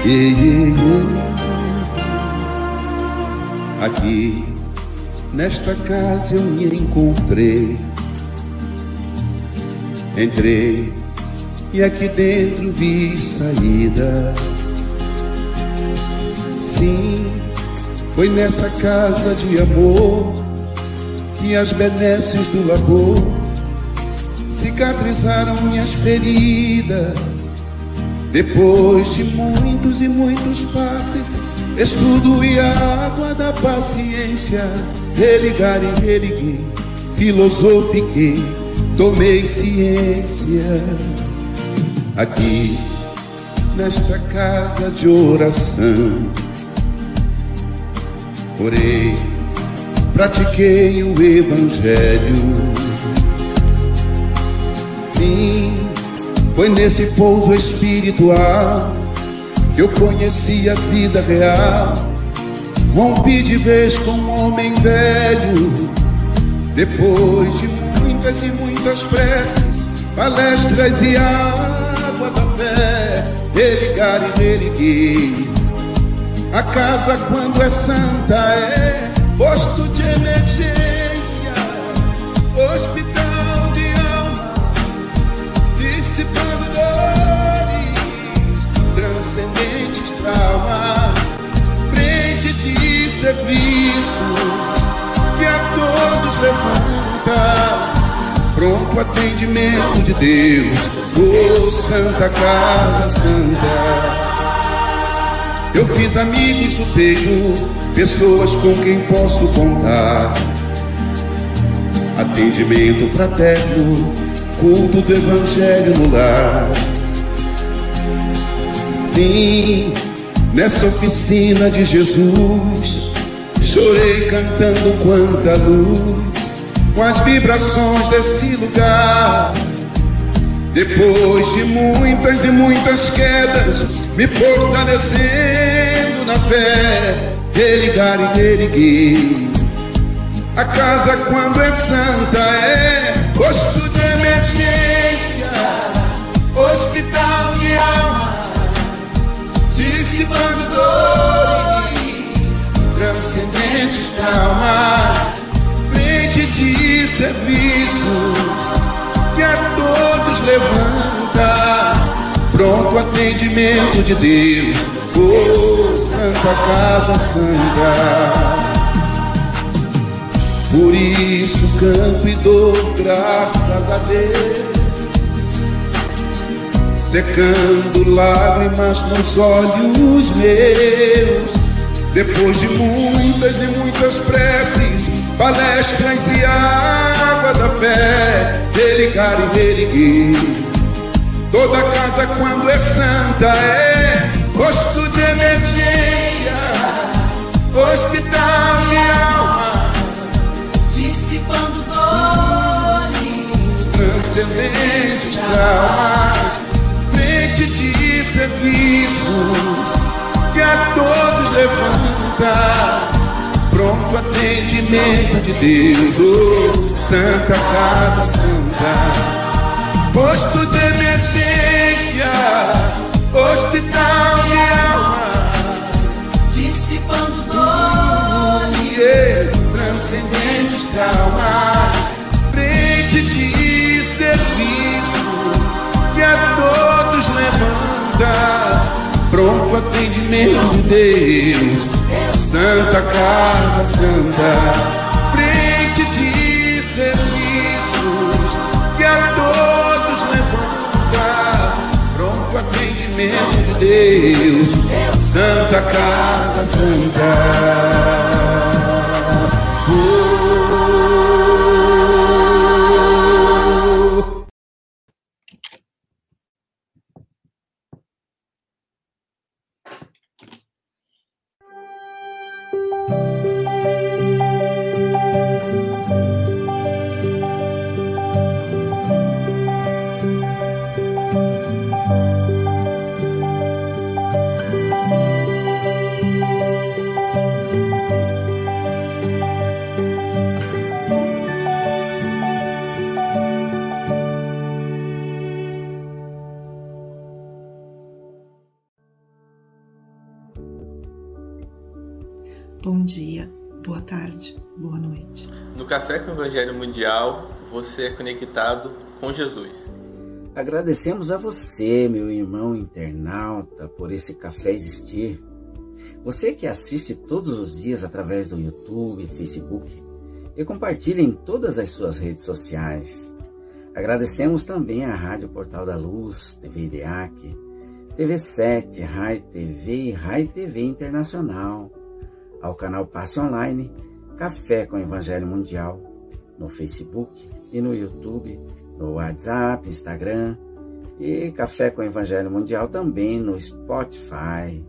Aqui, nesta casa eu me encontrei. Entrei e aqui dentro vi saída. Sim, foi nessa casa de amor que as benesses do labor cicatrizaram minhas feridas. Depois de muitos e muitos passes, estudo e a água da paciência, religar e religuei, filosofiquei, tomei ciência. Aqui, nesta casa de oração, orei, pratiquei o evangelho. Sim, foi nesse pouso espiritual que eu conheci a vida real. Rompi de vez com um homem velho. Depois de muitas e muitas preces, palestras e água da fé, religar e religuei. A casa, quando é santa, é posto de emergência, hospital de alma, dissipando dores, transcendentes traumas, frente de serviço que a todos levanta, pronto atendimento de Deus, oh Santa Casa Santa. Eu fiz amigos do peito, pessoas com quem posso contar, atendimento fraterno, culto do evangelho no lar. Sim, nessa oficina de Jesus, chorei cantando quanta luz, com as vibrações desse lugar. Depois de muitas e muitas quedas, me fortalecendo na fé, religar e reerguer. A casa, quando é santa, é posto de emergência, hospital de alma, dissipando dores, transcendentes traumas, frente de serviços que a todos levanta, pronto atendimento de Deus, oh Santa Casa Santa. Por isso canto e dou graças a Deus, secando lágrimas nos olhos meus. Depois de muitas e muitas preces, palestras e água da fé, religar e reerguer. Toda casa, quando é santa, é posto de emergência, hospital de alma, dissipando dores, transcendentes traumas, frente de serviços que a todos levanta, pronto atendimento de Deus, oh Santa Casa Santa. Posto de emergência, hospital de almas, dissipando dores, transcendentes traumas, frente de serviço que a todos levanta, pronto atendimento de Deus, Santa Casa Santa. Frente de serviços que a todos levanta, pronto atendimento de Deus, Santa Casa Santa. Bom dia, boa tarde, boa noite. No Café com o Evangelho Mundial, você é conectado com Jesus. Agradecemos a você, meu irmão internauta, por esse café existir. Você que assiste todos os dias através do YouTube, Facebook e compartilha em todas as suas redes sociais. Agradecemos também à Rádio Portal da Luz, TV IDEAC, TV7, Rai TV e Rai TV Internacional, ao canal Passe Online, Café com o Evangelho Mundial, no Facebook e no YouTube, no WhatsApp, Instagram e Café com o Evangelho Mundial também no Spotify.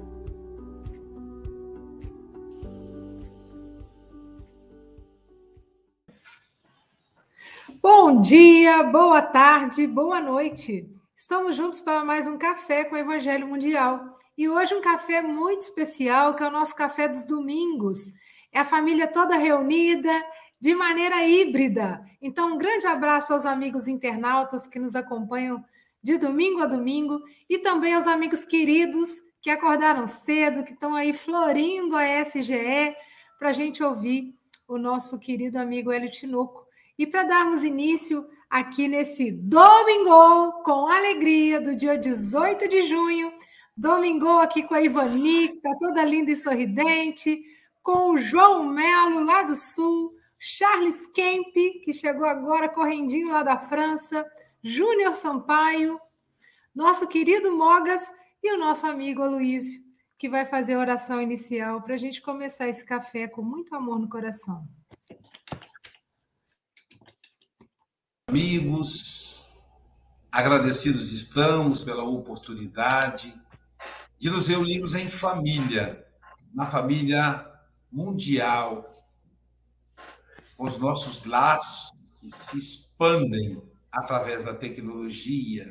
Bom dia, boa tarde, boa noite. Estamos juntos para mais um Café com o Evangelho Mundial. E hoje um café muito especial, que é o nosso café dos domingos. É a família toda reunida, de maneira híbrida. Então, um grande abraço aos amigos internautas que nos acompanham de domingo a domingo e também aos amigos queridos que acordaram cedo, que estão aí florindo a SGE para a gente ouvir o nosso querido amigo Hélio Tinoco. E para darmos início aqui nesse domingo com alegria do dia 18 de junho, domingo aqui com a Ivani, que está toda linda e sorridente, com o João Melo lá do Sul, Charles Kemp, que chegou agora correndinho lá da França, Júnior Sampaio, nosso querido Mogas e o nosso amigo Aloísio, que vai fazer a oração inicial para a gente começar esse café com muito amor no coração. Amigos, agradecidos estamos pela oportunidade de nos reunirmos em família, na família mundial, com os nossos laços que se expandem através da tecnologia.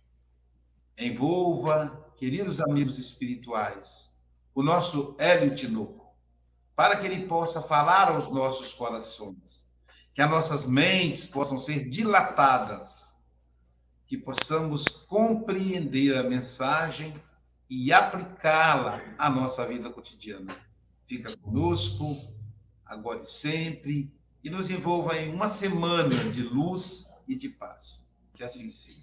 Envolva, queridos amigos espirituais, o nosso Hélio Tinoco, para que ele possa falar aos nossos corações, que as nossas mentes possam ser dilatadas, que possamos compreender a mensagem e aplicá-la à nossa vida cotidiana. Fica conosco, agora e sempre, e nos envolva em uma semana de luz e de paz. Que assim seja.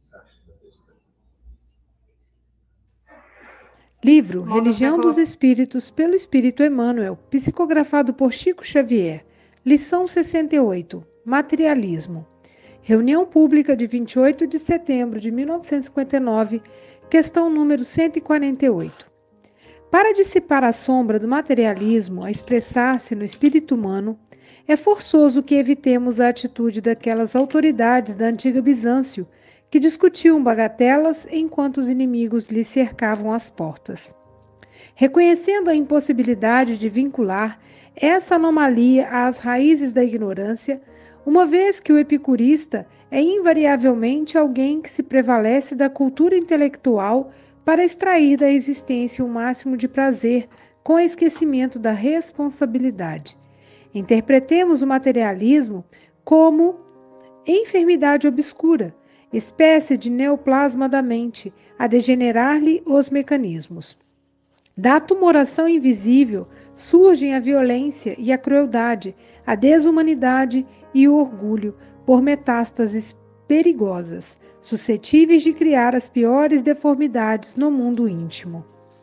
Livro Religião dos Espíritos, pelo Espírito Emmanuel, psicografado por Chico Xavier. Lição 68. Materialismo. Reunião pública de 28 de setembro de 1959, questão número 148. Para dissipar a sombra do materialismo a expressar-se no espírito humano, é forçoso que evitemos a atitude daquelas autoridades da antiga Bizâncio que discutiam bagatelas enquanto os inimigos lhe cercavam as portas. Reconhecendo a impossibilidade de vincular essa anomalia às raízes da ignorância, uma vez que o epicurista é invariavelmente alguém que se prevalece da cultura intelectual para extrair da existência o máximo de prazer com esquecimento da responsabilidade. Interpretemos o materialismo como enfermidade obscura, espécie de neoplasma da mente, a degenerar-lhe os mecanismos. Da tumoração invisível surgem a violência e a crueldade, a desumanidade e o orgulho, por metástases perigosas, suscetíveis de criar as piores deformidades no mundo íntimo.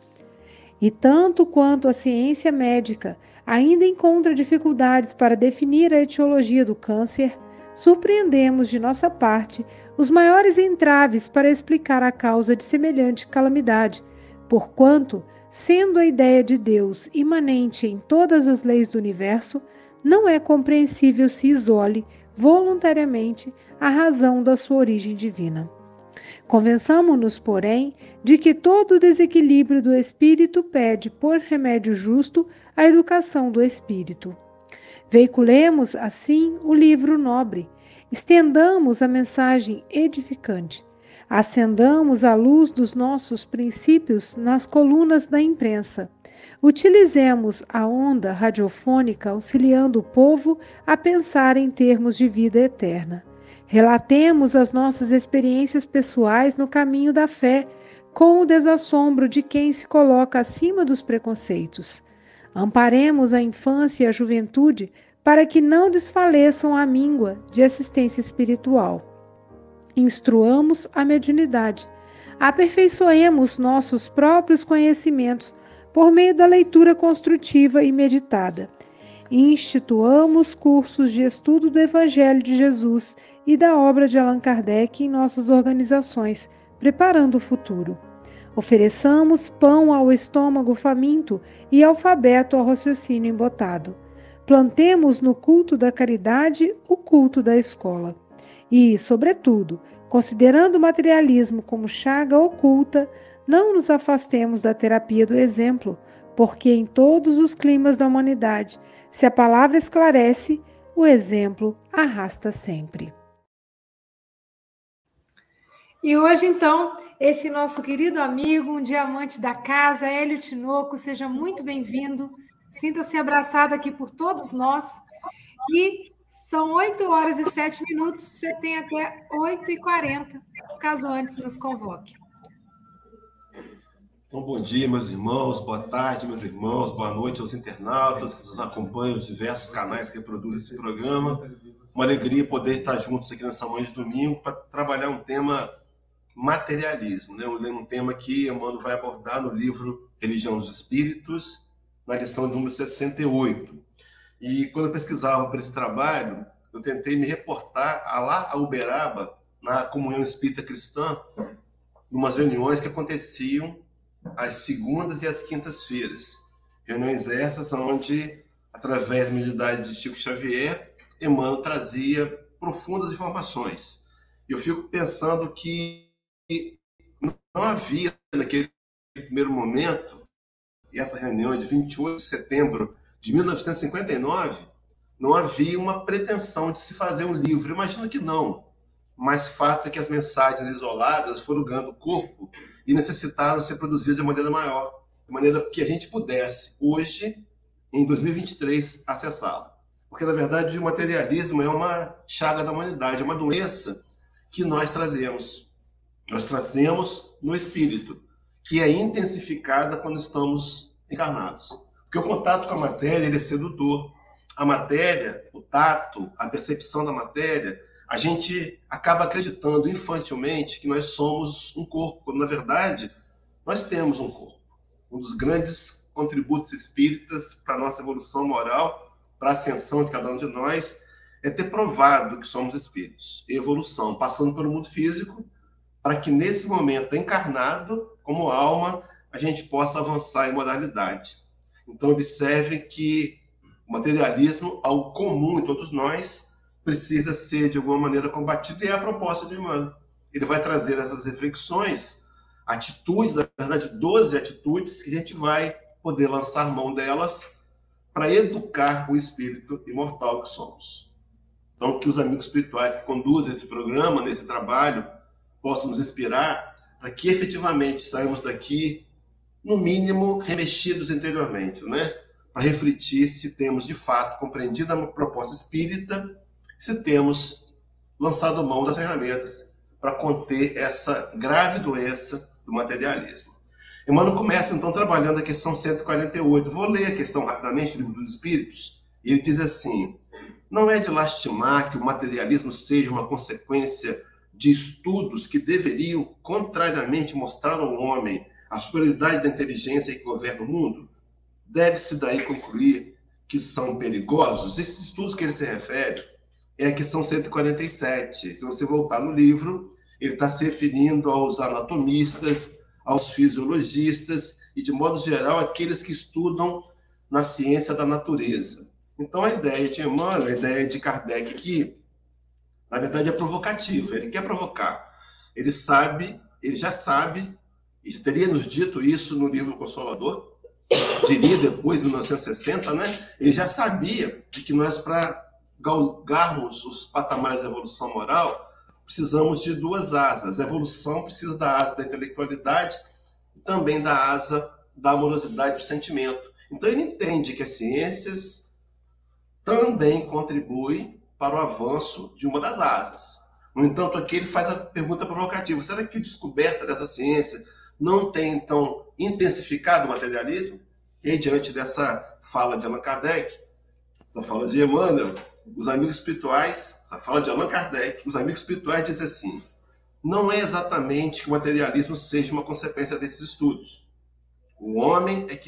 E tanto quanto a ciência médica ainda encontra dificuldades para definir a etiologia do câncer, surpreendemos de nossa parte os maiores entraves para explicar a causa de semelhante calamidade, porquanto, sendo a ideia de Deus imanente em todas as leis do universo, não é compreensível se isole voluntariamente a razão da sua origem divina. Convençamo-nos, porém, de que todo o desequilíbrio do espírito pede, por remédio justo, a educação do espírito. Veiculemos, assim, o livro nobre, estendamos a mensagem edificante, acendamos a luz dos nossos princípios nas colunas da imprensa, utilizemos a onda radiofônica auxiliando o povo a pensar em termos de vida eterna. Relatemos as nossas experiências pessoais no caminho da fé, com o desassombro de quem se coloca acima dos preconceitos. Amparemos a infância e a juventude para que não desfaleçam a míngua de assistência espiritual. Instruamos a mediunidade. Aperfeiçoemos nossos próprios conhecimentos por meio da leitura construtiva e meditada. Instituamos cursos de estudo do Evangelho de Jesus e da obra de Allan Kardec em nossas organizações, preparando o futuro. Ofereçamos pão ao estômago faminto e alfabeto ao raciocínio embotado. Plantemos no culto da caridade o culto da escola. E, sobretudo, considerando o materialismo como chaga oculta, não nos afastemos da terapia do exemplo, porque em todos os climas da humanidade, se a palavra esclarece, o exemplo arrasta sempre. E hoje, então, esse nosso querido amigo, um diamante da casa, Hélio Tinoco, seja muito bem-vindo. Sinta-se abraçado aqui por todos nós. E são 8h07, você tem até 8h40, caso antes nos convoque. Então, bom dia, meus irmãos, boa tarde, meus irmãos, boa noite aos internautas que nos acompanham nos diversos canais que reproduzem esse programa. Uma alegria poder estar juntos aqui nessa manhã de domingo para trabalhar um tema materialismo, né? Um tema que Emmanuel vai abordar no livro Religião dos Espíritos, na lição número 68. E quando eu pesquisava para esse trabalho, eu tentei me reportar lá a Uberaba, na Comunhão Espírita Cristã, em umas reuniões que aconteciam às segundas e às quintas-feiras. Reuniões essas onde, através da mediunidade de Chico Xavier, Emmanuel trazia profundas informações. Eu fico pensando que não havia, naquele primeiro momento, e essa reunião de 28 de setembro de 1959, não havia uma pretensão de se fazer um livro. Imagino que não, mas fato é que as mensagens isoladas foram ganhando corpo e necessitaram ser produzidas de maneira maior, de maneira que a gente pudesse, hoje, em 2023, acessá-la. Porque, na verdade, o materialismo é uma chaga da humanidade, é uma doença que nós trazemos. Nós trazemos no espírito, que é intensificada quando estamos encarnados. Porque o contato com a matéria, ele é sedutor. A matéria, o tato, a percepção da matéria, a gente acaba acreditando infantilmente que nós somos um corpo, quando, na verdade, nós temos um corpo. Um dos grandes contributos espíritas para a nossa evolução moral, para a ascensão de cada um de nós, é ter provado que somos espíritos. Evolução, passando pelo mundo físico, para que nesse momento encarnado, como alma, a gente possa avançar em modalidade. Então, observe que o materialismo, algo comum em todos nós, precisa ser, de alguma maneira, combatido, e é a proposta de Emmanuel. Ele vai trazer essas reflexões, atitudes, na verdade, 12 atitudes, que a gente vai poder lançar mão delas para educar o espírito imortal que somos. Então, que os amigos espirituais que conduzem esse programa, nesse trabalho, possam nos inspirar para que efetivamente saímos daqui, no mínimo, remexidos interiormente, né? Para refletir se temos, de fato, compreendido a proposta espírita, se temos lançado mão das ferramentas para conter essa grave doença do materialismo. Emmanuel começa, então, trabalhando a questão 148. Vou ler a questão rapidamente do Livro dos Espíritos. E ele diz assim: não é de lastimar que o materialismo seja uma consequência de estudos que deveriam, contrariamente, mostrar ao homem a superioridade da inteligência que governa o mundo? Deve-se daí concluir que são perigosos? Esses estudos que ele se refere é a questão 147. Se você voltar no livro, ele está se referindo aos anatomistas, aos fisiologistas e, de modo geral, aqueles que estudam na ciência da natureza. Então, a ideia de Emmanuel, a ideia de Kardec aqui, na verdade, é provocativa. Ele quer provocar. Ele sabe, ele já sabe, e teria nos dito isso no livro Consolador, diria depois, em 1960, né? Ele já sabia de que nós, para galgarmos os patamares da evolução moral, precisamos de duas asas. A evolução precisa da asa da intelectualidade e também da asa da amorosidade do sentimento. Então, ele entende que as ciências também contribuem para o avanço de uma das asas. No entanto, aqui ele faz a pergunta provocativa: será que a descoberta dessa ciência não tem, então, intensificado o materialismo? E aí, diante dessa fala de Allan Kardec, essa fala de Emmanuel, os amigos espirituais, essa fala de Allan Kardec, os amigos espirituais dizem assim: não é exatamente que o materialismo seja uma consequência desses estudos. O homem é que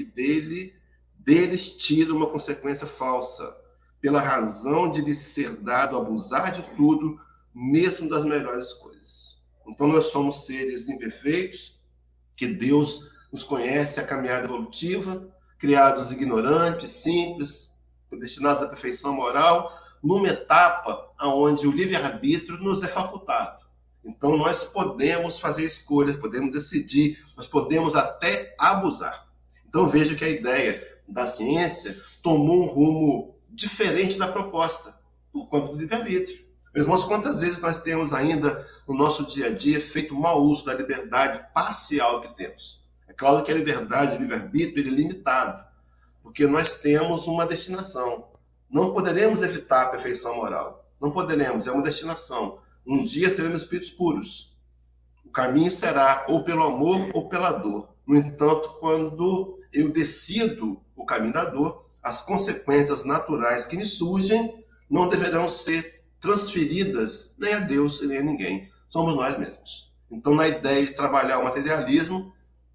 deles tira uma consequência falsa, pela razão de lhe ser dado abusar de tudo, mesmo das melhores coisas. Então nós somos seres imperfeitos, que Deus nos conhece a caminhada evolutiva, criados ignorantes, simples, destinados à perfeição moral, numa etapa onde o livre-arbítrio nos é facultado. Então nós podemos fazer escolhas, podemos decidir, nós podemos até abusar. Então vejo que a ideia da ciência tomou um rumo diferente da proposta, por conta do livre-arbítrio. Meus irmãos, quantas vezes nós temos ainda no nosso dia a dia feito mau uso da liberdade parcial que temos? É claro que a liberdade, o livre-arbítrio, ele é limitado, porque nós temos uma destinação. Não poderemos evitar a perfeição moral. Não poderemos, é uma destinação. Um dia seremos espíritos puros. O caminho será ou pelo amor ou pela dor. No entanto, quando eu decido o caminho da dor, as consequências naturais que me surgem não deverão ser transferidas nem a Deus nem a ninguém. Somos nós mesmos. Então, na ideia de trabalhar o materialismo,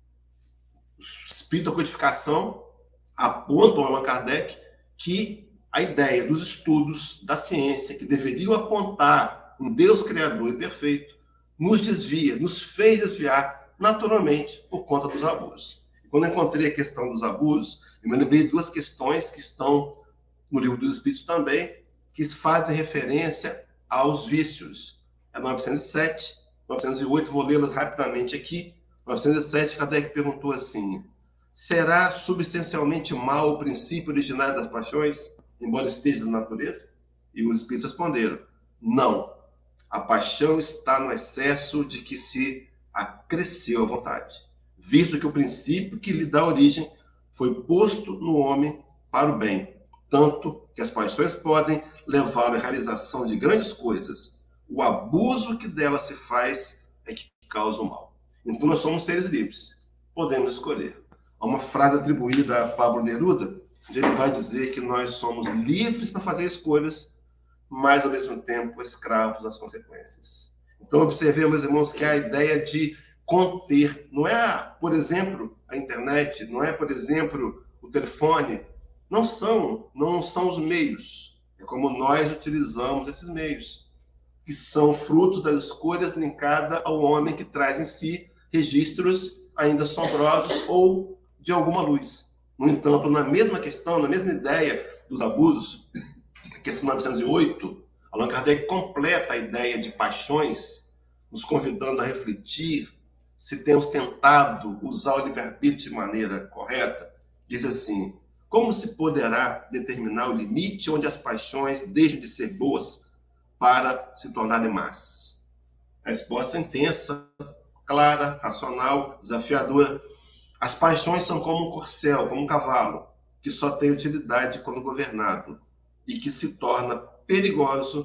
o espírito da codificação aponta ao Allan Kardec que a ideia dos estudos da ciência, que deveriam apontar um Deus criador e perfeito, nos desvia, nos fez desviar naturalmente por conta dos abusos. Quando eu encontrei a questão dos abusos, eu me lembrei de duas questões que estão no Livro dos Espíritos também, que fazem referência aos vícios. É 907, 908, vou lê-las rapidamente aqui. 907, Kardec perguntou assim: será substancialmente mal o princípio originário das paixões, embora esteja na natureza? E os Espíritos responderam: não. A paixão está no excesso de que se acresceu a vontade, visto que o princípio que lhe dá origem foi posto no homem para o bem, tanto que as paixões podem levá-lo à realização de grandes coisas. O abuso que dela se faz é que causa o mal. Então nós somos seres livres, podemos escolher. Há uma frase atribuída a Pablo Neruda, onde ele vai dizer que nós somos livres para fazer escolhas, mas ao mesmo tempo escravos das consequências. Então observemos, meus irmãos, que a ideia de conter não é, por exemplo, a internet, não é, por exemplo, o telefone, não são os meios, é como nós utilizamos esses meios, que são frutos das escolhas linkadas ao homem, que traz em si registros ainda assombrosos ou de alguma luz. No entanto, na mesma questão, na mesma ideia dos abusos, a questão 908, Allan Kardec completa a ideia de paixões, nos convidando a refletir se temos tentado usar o livre-arbítrio de maneira correta. Diz assim: como se poderá determinar o limite onde as paixões deixam de ser boas para se tornarem más? A resposta é intensa, clara, racional, desafiadora. As paixões são como um corcel, como um cavalo, que só tem utilidade quando governado e que se torna perigoso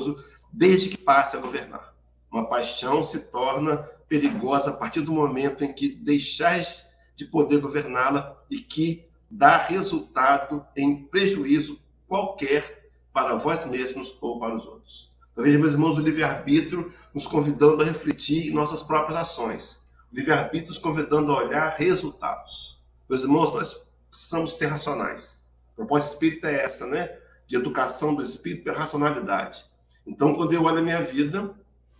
desde que passe a governar. Uma paixão se torna perigosa a partir do momento em que deixais de poder governá-la e que dá resultado em prejuízo qualquer para vós mesmos ou para os outros. Então, veja, meus irmãos, o livre-arbítrio nos convidando a refletir em nossas próprias ações. O livre-arbítrio nos convidando a olhar resultados. Meus irmãos, nós precisamos ser racionais. A proposta espírita é essa, né? De educação do espírito pela racionalidade. Então, quando eu olho a minha vida,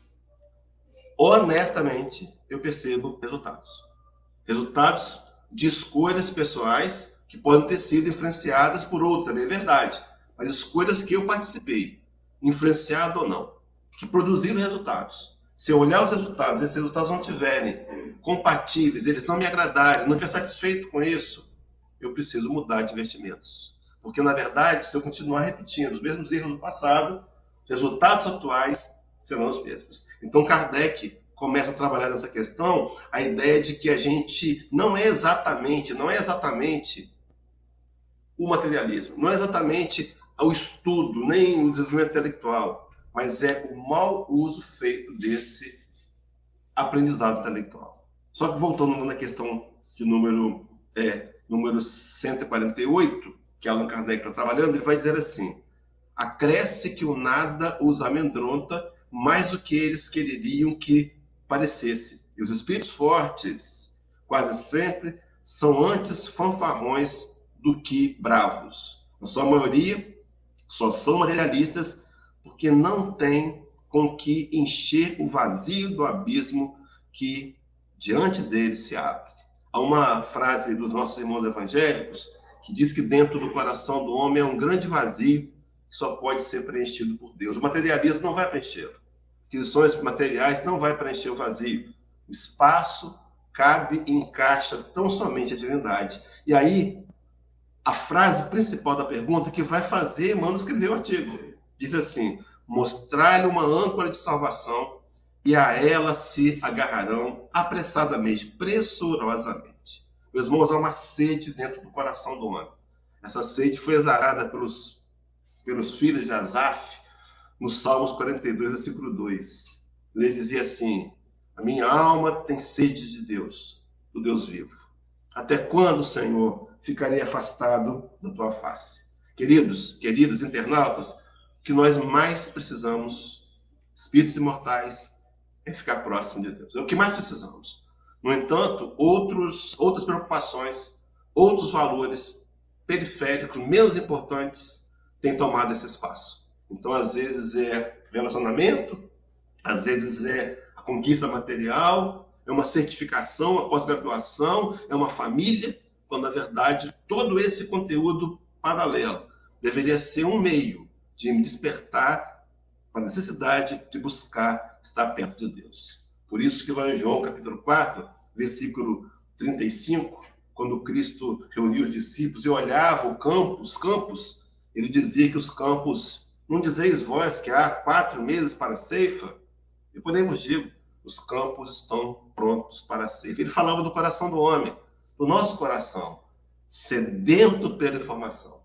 honestamente, eu percebo resultados. Resultados de escolhas pessoais que podem ter sido influenciadas por outros, também é verdade. Mas escolhas que eu participei, influenciado ou não, que produziram resultados. Se eu olhar os resultados, esses resultados não estiverem compatíveis, eles não me agradarem, não estiver satisfeito com isso, eu preciso mudar de investimentos. Porque, na verdade, se eu continuar repetindo os mesmos erros do passado, os resultados atuais serão os mesmos. Então, Kardec começa a trabalhar nessa questão a ideia de que a gente não é exatamente o materialismo, não é exatamente o estudo, nem o desenvolvimento intelectual, mas é o mau uso feito desse aprendizado intelectual. Só que voltando na questão de número número 148, que Allan Kardec está trabalhando, ele vai dizer assim: acresce que o nada os amedronta mais do que eles quereriam que parecesse. E os espíritos fortes, quase sempre, são antes fanfarrões do que bravos. Na sua maioria, só são materialistas porque não têm com que encher o vazio do abismo que diante deles se abre. Há uma frase dos nossos irmãos evangélicos que diz que dentro do coração do homem é um grande vazio que só pode ser preenchido por Deus. O materialismo não vai preenchê-lo. Aquisições materiais não vai preencher o vazio. O espaço cabe e encaixa tão somente a divindade. E aí, a frase principal da pergunta que vai fazer Emmanuel escrever o artigo. Diz assim: mostrar-lhe uma âncora de salvação e a ela se agarrarão apressadamente, pressurosamente. Meus irmãos, há uma sede dentro do coração do homem. Essa sede foi exarada pelos filhos de Asaf, nos Salmos 42, versículo 2. Ele dizia assim: a minha alma tem sede de Deus, do Deus vivo. Até quando, Senhor, ficarei afastado da tua face? Queridos, queridas internautas, o que nós mais precisamos, espíritos imortais, é ficar próximo de Deus. É o que mais precisamos. No entanto, outras preocupações, outros valores periféricos, menos importantes, têm tomado esse espaço. Então, às vezes é relacionamento, às vezes é a conquista material, é uma certificação, uma pós-graduação, é uma família, quando, na verdade, todo esse conteúdo paralelo deveria ser um meio de me despertar para a necessidade de buscar estar perto de Deus. Por isso que lá em João, capítulo 4, versículo 35, quando Cristo reuniu os discípulos e olhava os campos, ele dizia que os campos, não dizeis vós que há 4 meses para a ceifa? E podemos dizer, os campos estão prontos para a ceifa. Ele falava do coração do homem, do nosso coração, sedento pela informação.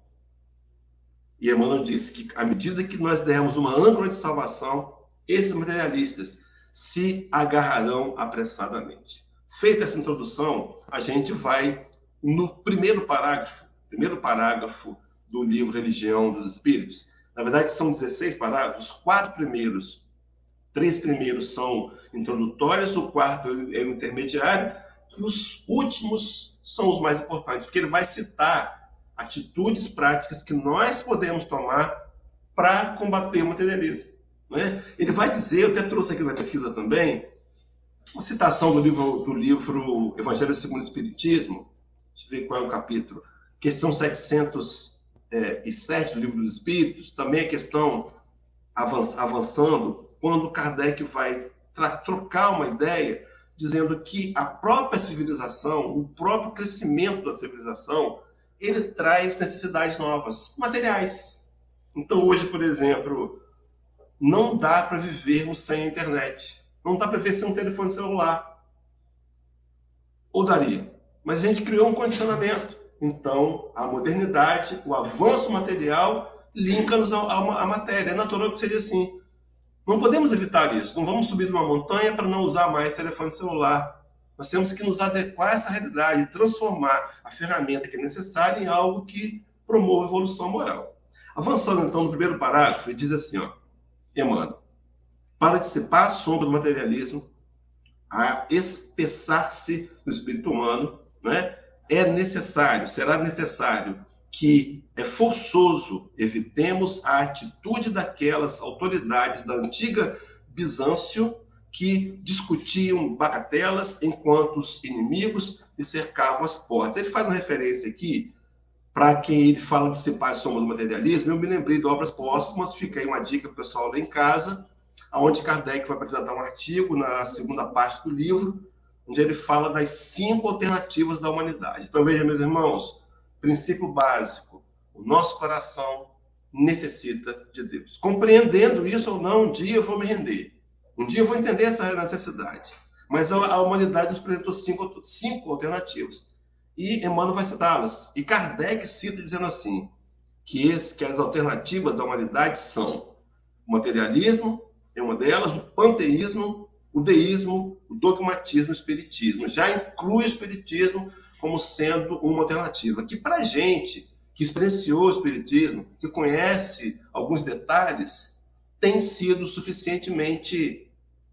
E Emmanuel disse que, à medida que nós dermos uma âncora de salvação, esses materialistas se agarrarão apressadamente. Feita essa introdução, a gente vai no primeiro parágrafo do livro Religião dos Espíritos. Na verdade, são 16 parágrafos. Os 3 primeiros são introdutórios, o 4º é o intermediário, e os últimos são os mais importantes, porque ele vai citar atitudes práticas que nós podemos tomar para combater o materialismo. Né? Ele vai dizer, eu até trouxe aqui na pesquisa também, uma citação do livro Evangelho segundo o Espiritismo. Deixa eu ver qual é o capítulo. Questão 707 do Livro dos Espíritos, também a questão avançando, quando Kardec vai trocar uma ideia, dizendo que a própria civilização, o próprio crescimento da civilização, ele traz necessidades novas, materiais. Então, hoje, por exemplo, não dá para vivermos sem a internet. Não dá para viver sem um telefone celular. Ou daria. Mas a gente criou um condicionamento. Então, a modernidade, o avanço material, linka-nos à matéria. É natural que seja assim. Não podemos evitar isso. Não vamos subir uma montanha para não usar mais telefone celular. Nós temos que nos adequar a essa realidade, transformar a ferramenta que é necessária em algo que promova a evolução moral. Avançando, então, no primeiro parágrafo, ele diz assim, Emmanuel: para dissipar a sombra do materialismo, a espessar-se no espírito humano, né, será necessário que é forçoso evitemos a atitude daquelas autoridades da antiga Bizâncio que discutiam bagatelas enquanto os inimigos lhe cercavam as portas. Ele faz uma referência aqui, para quem ele fala de dissipar a sombra do materialismo, eu me lembrei de Obras Póstumas, fica aí uma dica para o pessoal ler em casa, onde Kardec vai apresentar um artigo na segunda parte do livro, onde ele fala das 5 alternativas da humanidade. Então, veja, meus irmãos, princípio básico: o nosso coração necessita de Deus. Compreendendo isso ou não, um dia eu vou me render. Um dia eu vou entender essa necessidade. Mas a humanidade nos apresentou 5 alternativas. E Emmanuel vai citá-las. E Kardec cita dizendo assim, que as alternativas da humanidade são o materialismo, é uma delas, o panteísmo, o deísmo, o dogmatismo e o espiritismo. Já inclui o espiritismo como sendo uma alternativa, que para a gente que experienciou o Espiritismo, que conhece alguns detalhes, tem sido suficientemente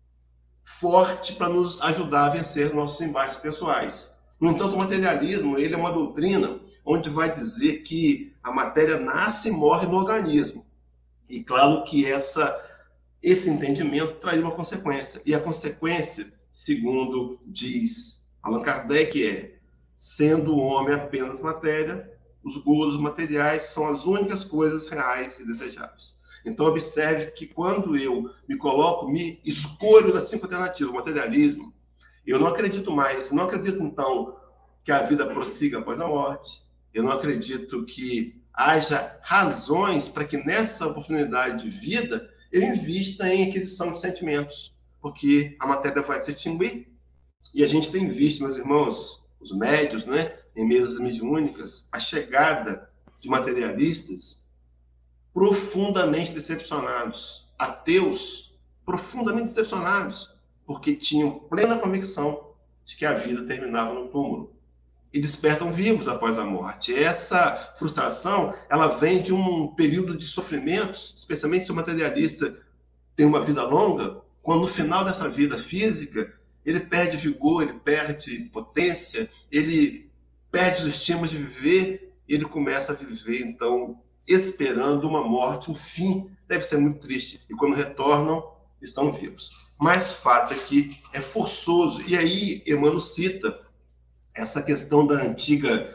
forte para nos ajudar a vencer nossos embates pessoais. No entanto, o materialismo ele é uma doutrina onde vai dizer que a matéria nasce e morre no organismo. E claro que esse entendimento traz uma consequência. E a consequência, segundo diz Allan Kardec, sendo o homem apenas matéria, os gozos materiais são as únicas coisas reais e desejáveis. Então, observe que quando eu me escolho das 5 alternativas, o materialismo, eu não acredito mais, não acredito, então, que a vida prossiga após a morte, eu não acredito que haja razões para que nessa oportunidade de vida eu invista em aquisição de sentimentos, porque a matéria vai se extinguir. E a gente tem visto, meus irmãos, os médios, né, em mesas mediúnicas, a chegada de materialistas profundamente decepcionados, ateus profundamente decepcionados, porque tinham plena convicção de que a vida terminava no túmulo e despertam vivos após a morte. Essa frustração, ela vem de um período de sofrimentos, especialmente se o materialista tem uma vida longa, quando no final dessa vida física ele perde vigor, ele perde potência, ele perde os estímulos de viver, ele começa a viver, então, esperando uma morte, um fim. Deve ser muito triste. E quando retornam, estão vivos. Mas fato é que é forçoso. E aí, Emmanuel cita essa questão da antiga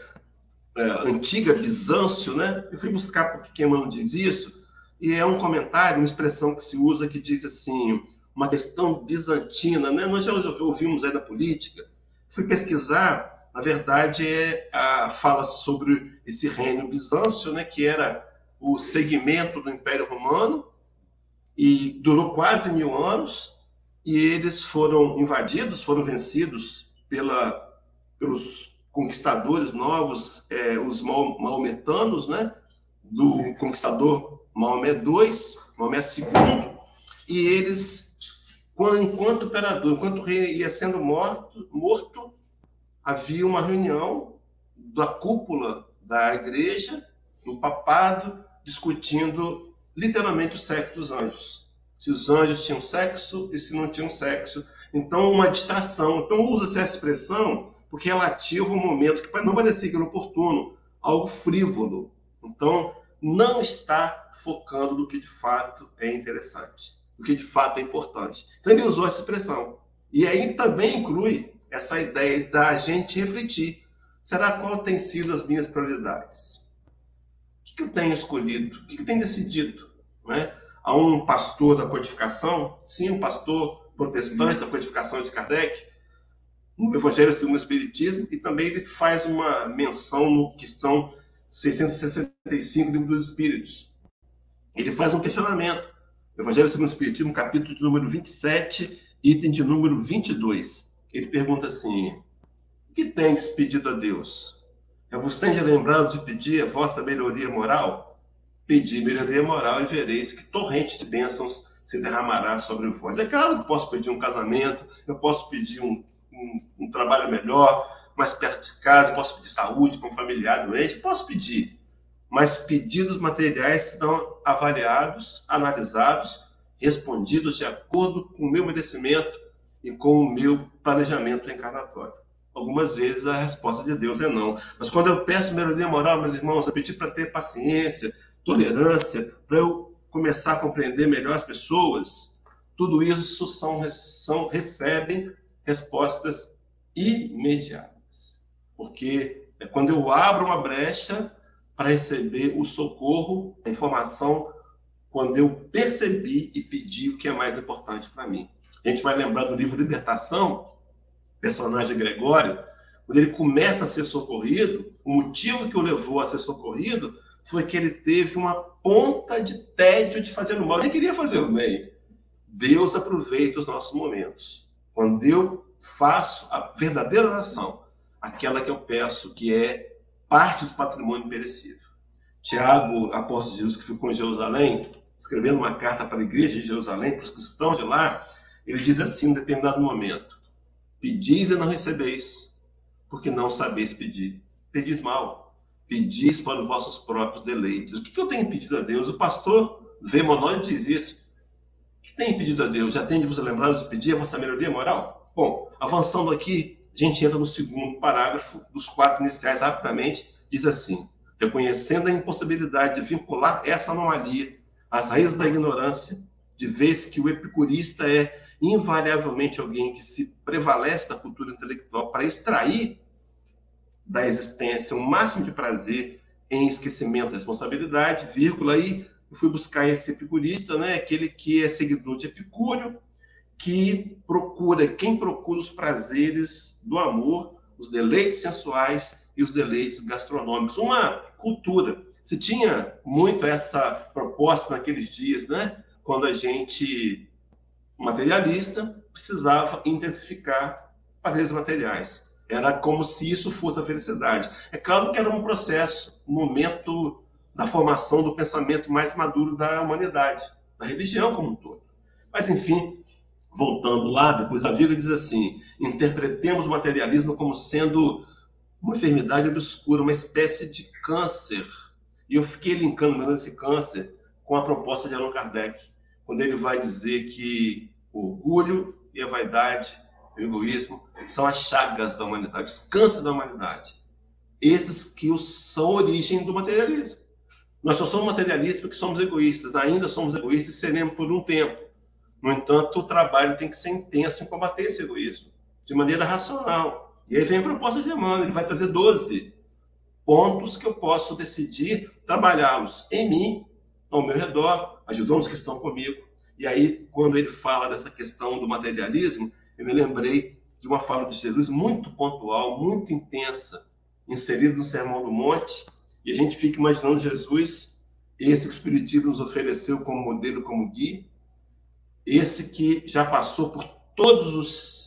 Bizâncio, né? Eu fui buscar porque que Emmanuel diz isso, e é um comentário, uma expressão que se usa que diz assim, uma questão bizantina, né? Nós já ouvimos aí na política. Fui pesquisar, na verdade, fala sobre esse reino Bizâncio, né? Que era o segmento do Império Romano, e durou quase 1000 anos, e eles foram invadidos, foram vencidos pelos conquistadores novos, os maometanos, né? Do conquistador Maomé II, Maomé II, e eles, enquanto imperador, enquanto o rei ia sendo morto, havia uma reunião da cúpula da igreja, no papado, discutindo literalmente o sexo dos anjos. Se os anjos tinham sexo e se não tinham sexo. Então, uma distração. Então, usa-se essa expressão porque ela ativa um momento que não parecia que era oportuno, algo frívolo. Então, não está focando no que de fato é interessante, no que de fato é importante. Então, ele usou essa expressão. E aí também inclui essa ideia da gente refletir. Será qual tem sido as minhas prioridades? O que eu tenho escolhido? O que eu tenho decidido? Né? Há um pastor da codificação, sim, um pastor protestante da codificação de Kardec, no Evangelho segundo o Espiritismo, e também ele faz uma menção no questão 665 do Livro dos Espíritos. Ele faz um questionamento. Evangelho segundo o Espiritismo, capítulo de número 27, item de número 22. Ele pergunta assim, o que tendes pedido a Deus? Eu vos tenho lembrado de pedir a vossa melhoria moral? Pedi melhoria moral e vereis que torrente de bênçãos se derramará sobre vós. É claro que eu posso pedir um casamento, eu posso pedir um trabalho melhor, mais perto de casa, eu posso pedir saúde para um familiar doente, posso pedir. Mas pedidos materiais serão avaliados, analisados, respondidos de acordo com o meu merecimento e com o meu planejamento encarnatório. Algumas vezes a resposta de Deus é não. Mas quando eu peço melhoria moral, meus irmãos, eu pedi para ter paciência, tolerância, para eu começar a compreender melhor as pessoas, tudo isso recebem respostas imediatas. Porque é quando eu abro uma brecha para receber o socorro, a informação, quando eu percebi e pedi o que é mais importante para mim. A gente vai lembrar do livro Libertação, personagem Gregório, quando ele começa a ser socorrido, o motivo que o levou a ser socorrido foi que ele teve uma ponta de tédio de fazer o mal. Ele queria fazer o bem. Deus aproveita os nossos momentos. Quando eu faço a verdadeira oração, aquela que eu peço, que é parte do patrimônio perecível. Tiago, apóstolo de Jesus, que ficou em Jerusalém, escrevendo uma carta para a igreja de Jerusalém, para os cristãos de lá, ele diz assim, em um determinado momento, pedis e não recebeis, porque não sabeis pedir. Pedis mal, pedis para os vossos próprios deleites. O que eu tenho pedido a Deus? O pastor Vemonóide diz isso. O que tem pedido a Deus? Já tem de vos lembrar de pedir a vossa melhoria moral? Bom, avançando aqui, a gente entra no segundo parágrafo dos 4 iniciais rapidamente. Diz assim: reconhecendo a impossibilidade de vincular essa anomalia às raízes da ignorância, de vez que o epicurista é invariavelmente alguém que se prevalece da cultura intelectual para extrair da existência o máximo de prazer em esquecimento da responsabilidade, vírgula, aí eu fui buscar esse epicurista, né, aquele que é seguidor de Epicúrio, quem procura os prazeres do amor, os deleites sensuais e os deleites gastronômicos. Uma cultura. Se tinha muito essa proposta naqueles dias, né, quando a gente, materialista, precisava intensificar prazeres materiais. Era como se isso fosse a felicidade. É claro que era um processo, um momento da formação do pensamento mais maduro da humanidade, da religião como um todo. Mas, enfim, voltando lá, depois a Vírgula diz assim: interpretemos o materialismo como sendo uma enfermidade obscura, uma espécie de câncer. E eu fiquei linkando mesmo esse câncer com a proposta de Allan Kardec, quando ele vai dizer que o orgulho e a vaidade, o egoísmo, são as chagas da humanidade, os cânceres da humanidade. Esses que são a origem do materialismo. Nós só somos materialistas porque somos egoístas, ainda somos egoístas e seremos por um tempo. No entanto, o trabalho tem que ser intenso em combater esse egoísmo, de maneira racional. E aí vem a proposta de Emmanuel, ele vai trazer 12 pontos que eu posso decidir trabalhá-los em mim, ao meu redor, ajudando os que estão comigo. E aí, quando ele fala dessa questão do materialismo, eu me lembrei de uma fala de Jesus muito pontual, muito intensa, inserida no Sermão do Monte, e a gente fica imaginando Jesus, esse que o Espiritismo nos ofereceu como modelo, como guia, esse que já passou por todos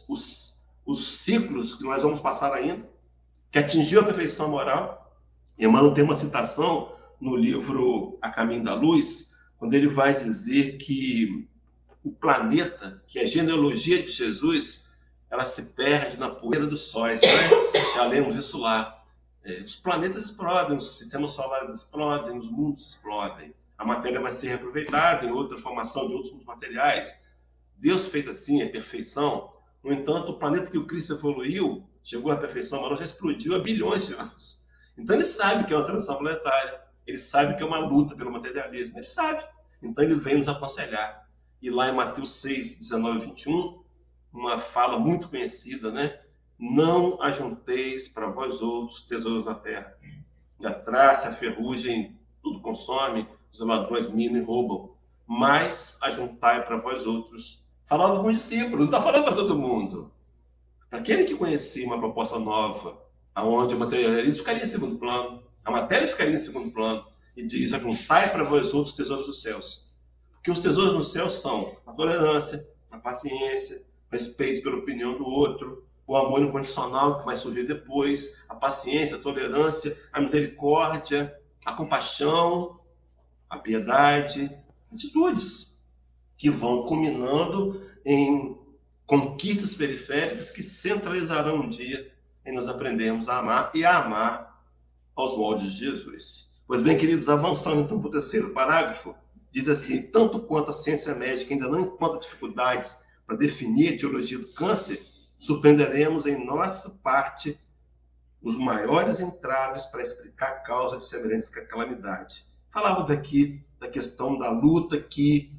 os ciclos que nós vamos passar ainda, que atingiu a perfeição moral. Emmanuel tem uma citação no livro A Caminho da Luz, quando ele vai dizer que o planeta, que é a genealogia de Jesus, ela se perde na poeira dos sóis, né? Já lemos isso lá. Os planetas explodem, os sistemas solares explodem, os mundos explodem. A matéria vai ser reaproveitada em outra formação de outros materiais. Deus fez assim, a perfeição. No entanto, o planeta que o Cristo evoluiu, chegou à perfeição, mas já explodiu há bilhões de anos. Então ele sabe que é uma transição planetária, ele sabe que é uma luta pelo materialismo, ele sabe. Então ele vem nos aconselhar. E lá em Mateus 6, 19 e 21, uma fala muito conhecida, né? Não ajunteis para vós outros tesouros na terra. A traça, a ferrugem, tudo consome, os ladrões minam e roubam. Mas ajuntai para vós outros. Falava com os discípulos, não está falando para todo mundo. Para aquele que conhecia uma proposta nova, onde o materialismo ficaria em segundo plano, a matéria ficaria em segundo plano, e diz: ajuntai para vós outros tesouros dos céus. Porque os tesouros dos céus são a tolerância, a paciência, o respeito pela opinião do outro, o amor incondicional que vai surgir depois, a paciência, a tolerância, a misericórdia, a compaixão, a piedade, atitudes que vão culminando em conquistas periféricas que centralizarão um dia em nós aprendermos a amar e a amar aos moldes de Jesus. Pois bem, queridos, avançando então para o terceiro parágrafo, diz assim: tanto quanto a ciência médica ainda não encontra dificuldades para definir a etiologia do câncer, surpreenderemos em nossa parte os maiores entraves para explicar a causa de semelhante calamidade. Falava daqui da questão da luta que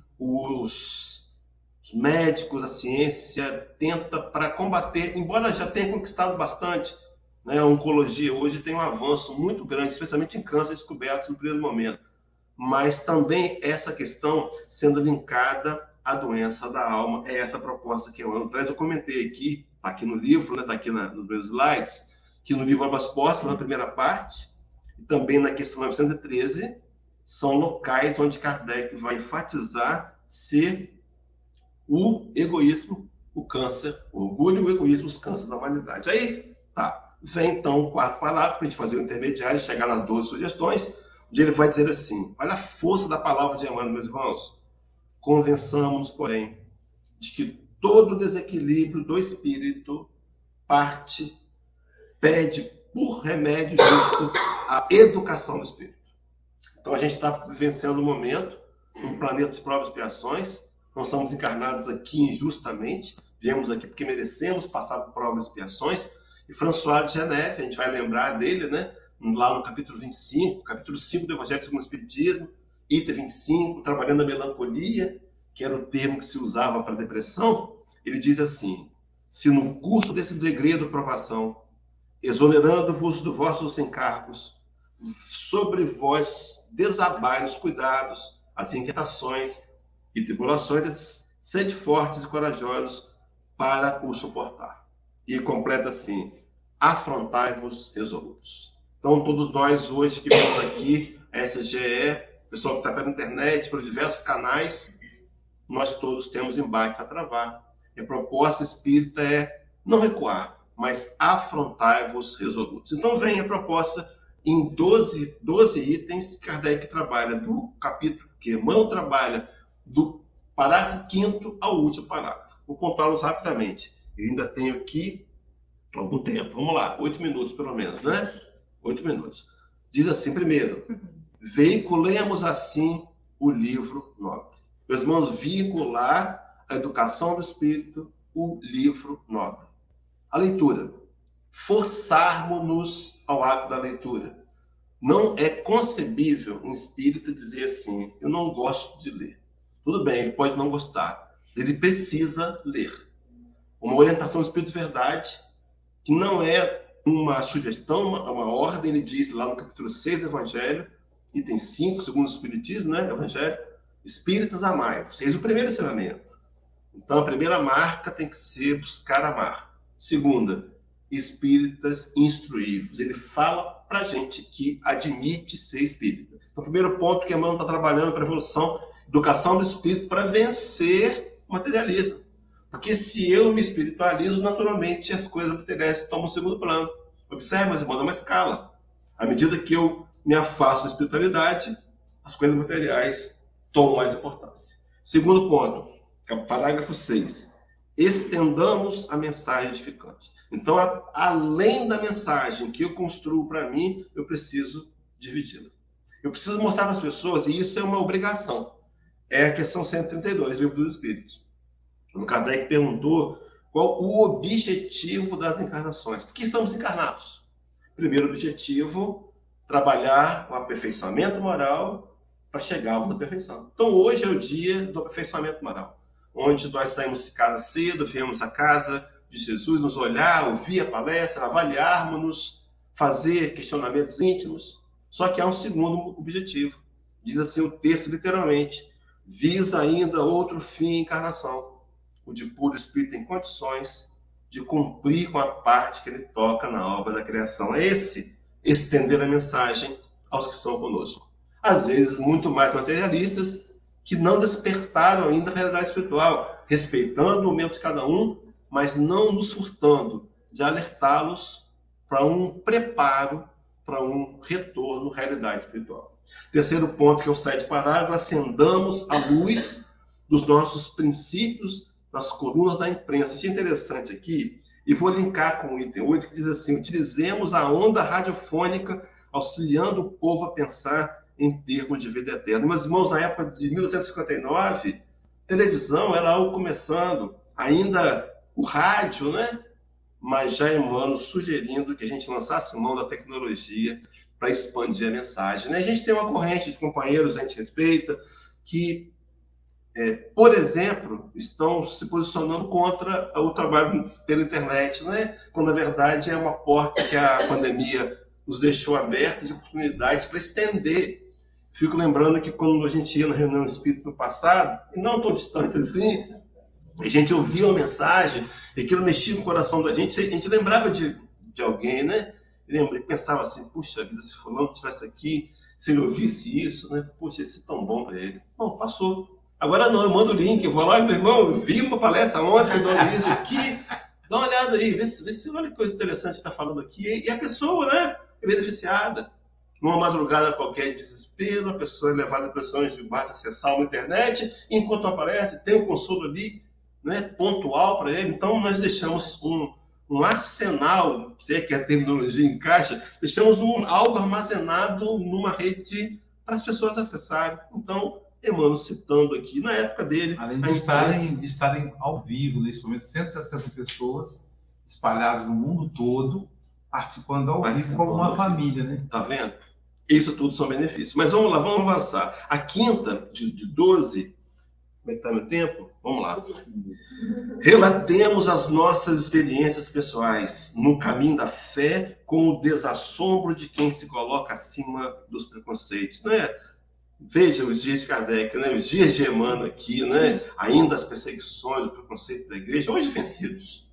os médicos, a ciência tenta para combater, embora já tenha conquistado bastante, né? A oncologia hoje tem um avanço muito grande, especialmente em cânceres descobertos no primeiro momento, mas também essa questão sendo linkada à doença da alma, é essa proposta que eu traz. Eu comentei aqui, está aqui no livro, né? Está aqui nos meus slides, que no livro Obras Postas, na primeira parte, e também na questão 913, são locais onde Kardec vai enfatizar ser o egoísmo, o câncer, o orgulho, o egoísmo, os cânceres da humanidade. Aí, tá, vem então o quarto parágrafo, para a gente fazer o intermediário e chegar nas 12 sugestões, onde ele vai dizer assim: olha a força da palavra de Emmanuel, meus irmãos. Convençamos, porém, de que todo desequilíbrio do espírito parte pede por remédio justo a educação do espírito. Então a gente está vivenciando um momento, um planeta de provas e expiações. Nós somos encarnados aqui injustamente, viemos aqui porque merecemos passar por provas e expiações. E François de Geneve, a gente vai lembrar dele, né? Lá no capítulo 25, capítulo 5 do Evangelho segundo o Espiritismo, item 25, trabalhando a melancolia, que era o termo que se usava para depressão. Ele diz assim: se no curso desse degredo de provação, exonerando-vos dos vossos encargos, sobre vós desabarem os cuidados, as inquietações e tribulações, sede fortes e corajosos para o suportar. E completa assim: afrontai-vos resolutos. Então, todos nós hoje que vemos aqui, a SGE, o pessoal que está pela internet, por diversos canais, nós todos temos embates a travar. E a proposta espírita é não recuar, mas afrontai-vos resolutos. Então, vem a proposta em 12 itens que Kardec trabalha do capítulo, que Emmanuel trabalha do parágrafo 5º ao último parágrafo. Vou contá-los rapidamente. Eu ainda tenho aqui algum tempo. Vamos lá, 8 minutos pelo menos, né? 8 minutos. Diz assim, primeiro, veiculemos assim o livro nobre. Meus irmãos, vincular a educação do espírito, o livro nobre. A leitura. Forçarmos-nos ao hábito da leitura. Não é concebível um espírita dizer assim: eu não gosto de ler. Tudo bem, ele pode não gostar. Ele precisa ler. Uma orientação do Espírito de Verdade, que não é uma sugestão, uma ordem, ele diz lá no capítulo 6 do Evangelho, item 5, segundo o Espiritismo, né? Evangelho, espíritas amai-vos. Eis o primeiro ensinamento. Então, a primeira marca tem que ser buscar amar. Segunda, espíritas instruí-vos. Ele fala para a gente que admite ser espírita. Então, o primeiro ponto que Emmanuel está trabalhando para a evolução, educação do espírito, para vencer o materialismo. Porque se eu me espiritualizo, naturalmente as coisas materiais tomam o segundo plano. Observe, meus irmãos, é uma escala. À medida que eu me afasto da espiritualidade, as coisas materiais tomam mais importância. Segundo ponto, que é o parágrafo 6. Estendamos a mensagem edificante. Então, além da mensagem que eu construo para mim, eu preciso dividi-la. Eu preciso mostrar para as pessoas, e isso é uma obrigação. É a questão 132, Livro dos Espíritos. O Kardec perguntou qual o objetivo das encarnações. Por que estamos encarnados? Primeiro objetivo, trabalhar o aperfeiçoamento moral para chegarmos à perfeição. Então, hoje é o dia do aperfeiçoamento moral, onde nós saímos de casa cedo, viemos à casa de Jesus, nos olhar, ouvir a palestra, avaliarmos-nos, fazer questionamentos íntimos. Só que há um segundo objetivo. Diz assim o texto literalmente: visa ainda outro fim em encarnação, o de puro espírito em condições de cumprir com a parte que ele toca na obra da criação. Esse, estender a mensagem aos que estão conosco. Às vezes, muito mais materialistas, que não despertaram ainda a realidade espiritual, respeitando o momento de cada um, mas não nos furtando de alertá-los para um preparo, para um retorno à realidade espiritual. Terceiro ponto, que é o 7º parágrafo: acendamos a luz dos nossos princípios nas colunas da imprensa. Achei interessante aqui, e vou linkar com o item 8, que diz assim: utilizemos a onda radiofônica auxiliando o povo a pensar em termos de vida eterna. Meus irmãos, na época de 1959, televisão era algo começando, ainda o rádio, né? Mas já Emmanuel sugerindo que a gente lançasse mão da tecnologia para expandir a mensagem, né? A gente tem uma corrente de companheiros, a gente respeita, que, por exemplo, estão se posicionando contra o trabalho pela internet, né? Quando, na verdade, é uma porta que a pandemia nos deixou aberta de oportunidades para estender. Fico lembrando que quando a gente ia na reunião espírita no passado, e não tão distante assim, a gente ouvia uma mensagem, e aquilo mexia no coração da gente, a gente lembrava de alguém, né? E pensava assim: puxa vida, se fulano estivesse aqui, se ele ouvisse isso, né? Puxa, isso é tão bom para ele. Bom, passou. Agora não, eu mando o link, eu vou lá, meu irmão, eu vi uma palestra ontem do Aloysio aqui, dá uma olhada aí, vê se olha que coisa interessante está falando aqui. E a pessoa, né, é beneficiada. Numa madrugada qualquer de desespero, a pessoa é levada a pressões de baixa acessar na internet, e enquanto aparece, tem um consolo ali, né, pontual para ele. Então, nós deixamos um arsenal, se é que a terminologia encaixa, deixamos algo armazenado numa rede para as pessoas acessarem. Então, Emmanuel citando aqui, na época dele... Além de estarem ao vivo, nesse momento, 160 pessoas espalhadas no mundo todo, participando ao vivo como uma família, né? Tá vendo? Isso tudo são benefícios. Mas vamos lá, vamos avançar. A quinta, de 12... Como é que está meu tempo? Vamos lá. Relatemos as nossas experiências pessoais no caminho da fé com o desassombro de quem se coloca acima dos preconceitos. Né? Veja os dias de Kardec, né? Os dias de Emmanuel aqui, né? Ainda as perseguições, o preconceito da igreja, hoje vencidos.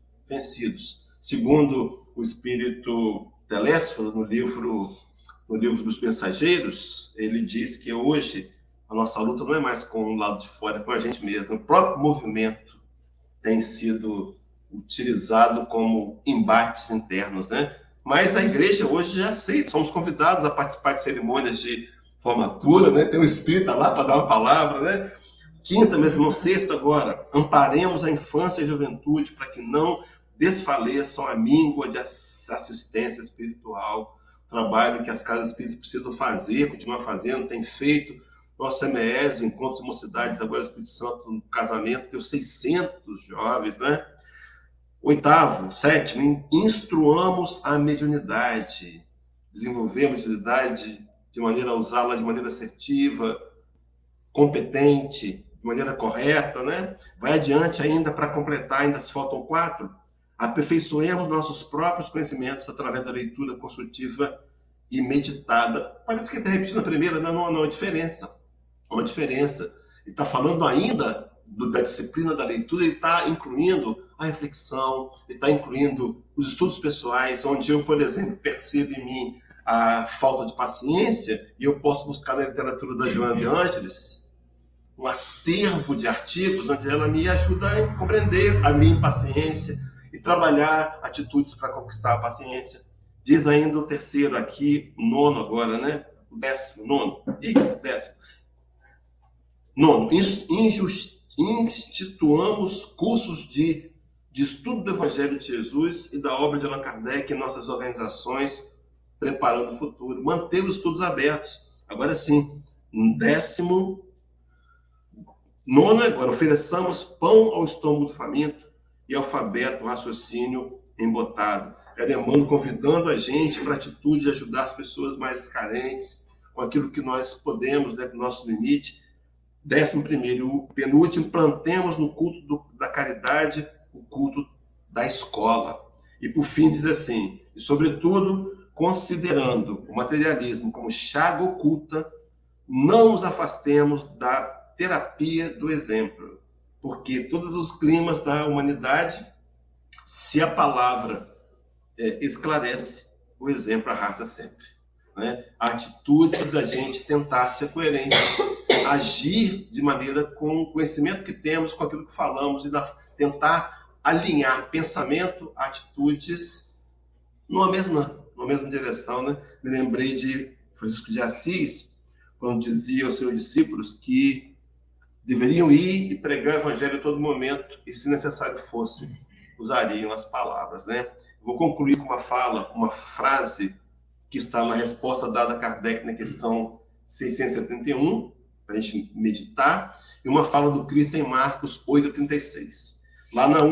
Segundo o espírito Telésforo, no livro dos Mensageiros, ele diz que hoje a nossa luta não é mais com o lado de fora, é com a gente mesmo. O próprio movimento tem sido utilizado como embates internos, né? Mas a igreja hoje já aceita, somos convidados a participar de cerimônias de formatura, né? Tem um espírita lá para dar uma palavra, né? Quinta, meus irmãos, sexta agora, amparemos a infância e a juventude para que não desfaleçam a míngua de assistência espiritual, trabalho que as casas espíritas precisam fazer, continuam fazendo, tem feito. Nosso MES, Encontros de Mocidades, agora o Espírito Santo, no casamento, deu 600 jovens, né? Oitavo, sétimo, instruamos a mediunidade. Desenvolver a mediunidade de maneira a usá-la de maneira assertiva, competente, de maneira correta, né? Vai adiante ainda para completar, ainda se faltam 4. Aperfeiçoemos nossos próprios conhecimentos através da leitura construtiva e meditada. Parece que está repetindo a primeira, não é diferença. Uma diferença. Ele está falando ainda da disciplina da leitura, ele está incluindo a reflexão, ele está incluindo os estudos pessoais, onde eu, por exemplo, percebo em mim a falta de paciência, e eu posso buscar na literatura da Joana de Ângeles um acervo de artigos onde ela me ajuda a compreender a minha impaciência e trabalhar atitudes para conquistar a paciência. Diz ainda o terceiro aqui, o 9º agora, né? O 10º, 10º. Nono, instituamos cursos de estudo do Evangelho de Jesus e da obra de Allan Kardec em nossas organizações, preparando o futuro. Manter os estudos abertos. Agora sim, 19º, agora ofereçamos pão ao estômago do faminto e alfabeto, raciocínio embotado. Era Emmanuel convidando a gente para a atitude de ajudar as pessoas mais carentes, com aquilo que nós podemos, né, com o nosso limite. 11º, o penúltimo, plantemos no culto da caridade o culto da escola. E por fim diz assim, e sobretudo, considerando o materialismo como chaga oculta, não nos afastemos da terapia do exemplo, porque todos os climas da humanidade, se a palavra esclarece, o exemplo arrasa sempre. Né? A atitude da gente tentar ser coerente, agir de maneira com o conhecimento que temos, com aquilo que falamos, e tentar alinhar pensamento, atitudes numa mesma direção. Né? Me lembrei de Francisco de Assis, quando dizia aos seus discípulos que deveriam ir e pregar o evangelho a todo momento, e se necessário fosse, usariam as palavras. Né? Vou concluir com uma frase que está na resposta dada a Kardec na questão 671, para a gente meditar, e uma fala do Cristo em Marcos 8,36. Lá na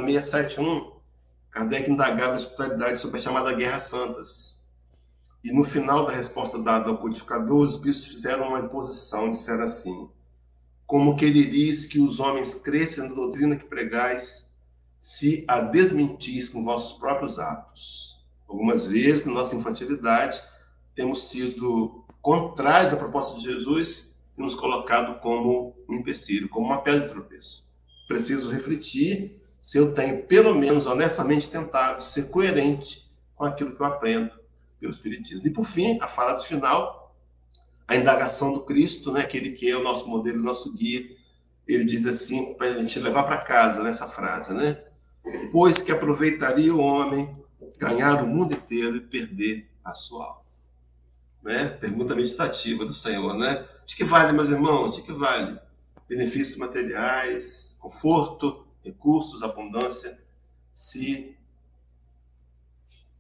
671, Kardec indagava a espiritualidade sobre a chamada Guerra Santas. E no final da resposta dada ao codificador, os espíritos fizeram uma imposição, disseram assim: como quereris que os homens cresçam na doutrina que pregais, se a desmentis com vossos próprios atos? Algumas vezes, na nossa infantilidade, temos sido contrários à proposta de Jesus e nos colocado como um empecilho, como uma pedra de tropeço. Preciso refletir se eu tenho, pelo menos honestamente, tentado ser coerente com aquilo que eu aprendo pelo Espiritismo. E, por fim, a frase final, a indagação do Cristo, né, aquele que é o nosso modelo, o nosso guia. Ele diz assim, para a gente levar para casa, nessa frase, né? Pois que aproveitaria o homem ganhar o mundo inteiro e perder a sua alma. Né? Pergunta meditativa do Senhor, né? De que vale, meus irmãos? De que vale? Benefícios materiais, conforto, recursos, abundância, se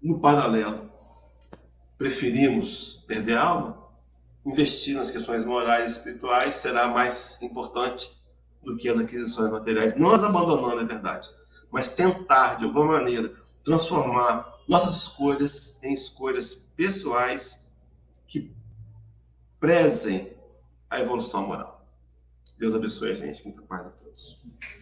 no paralelo, preferimos perder a alma, investir nas questões morais e espirituais será mais importante do que as aquisições materiais. Não as abandonando, é verdade, mas tentar, de alguma maneira, transformar nossas escolhas em escolhas pessoais que prezem a evolução moral. Deus abençoe a gente. Muita paz a todos.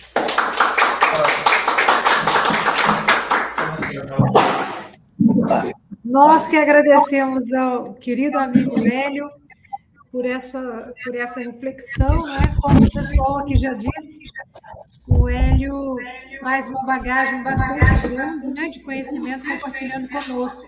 Nós que agradecemos ao querido amigo Hélio por essa reflexão, né? Como o pessoal aqui já disse, o Hélio traz uma bagagem bastante grande, né, de conhecimento compartilhando conosco.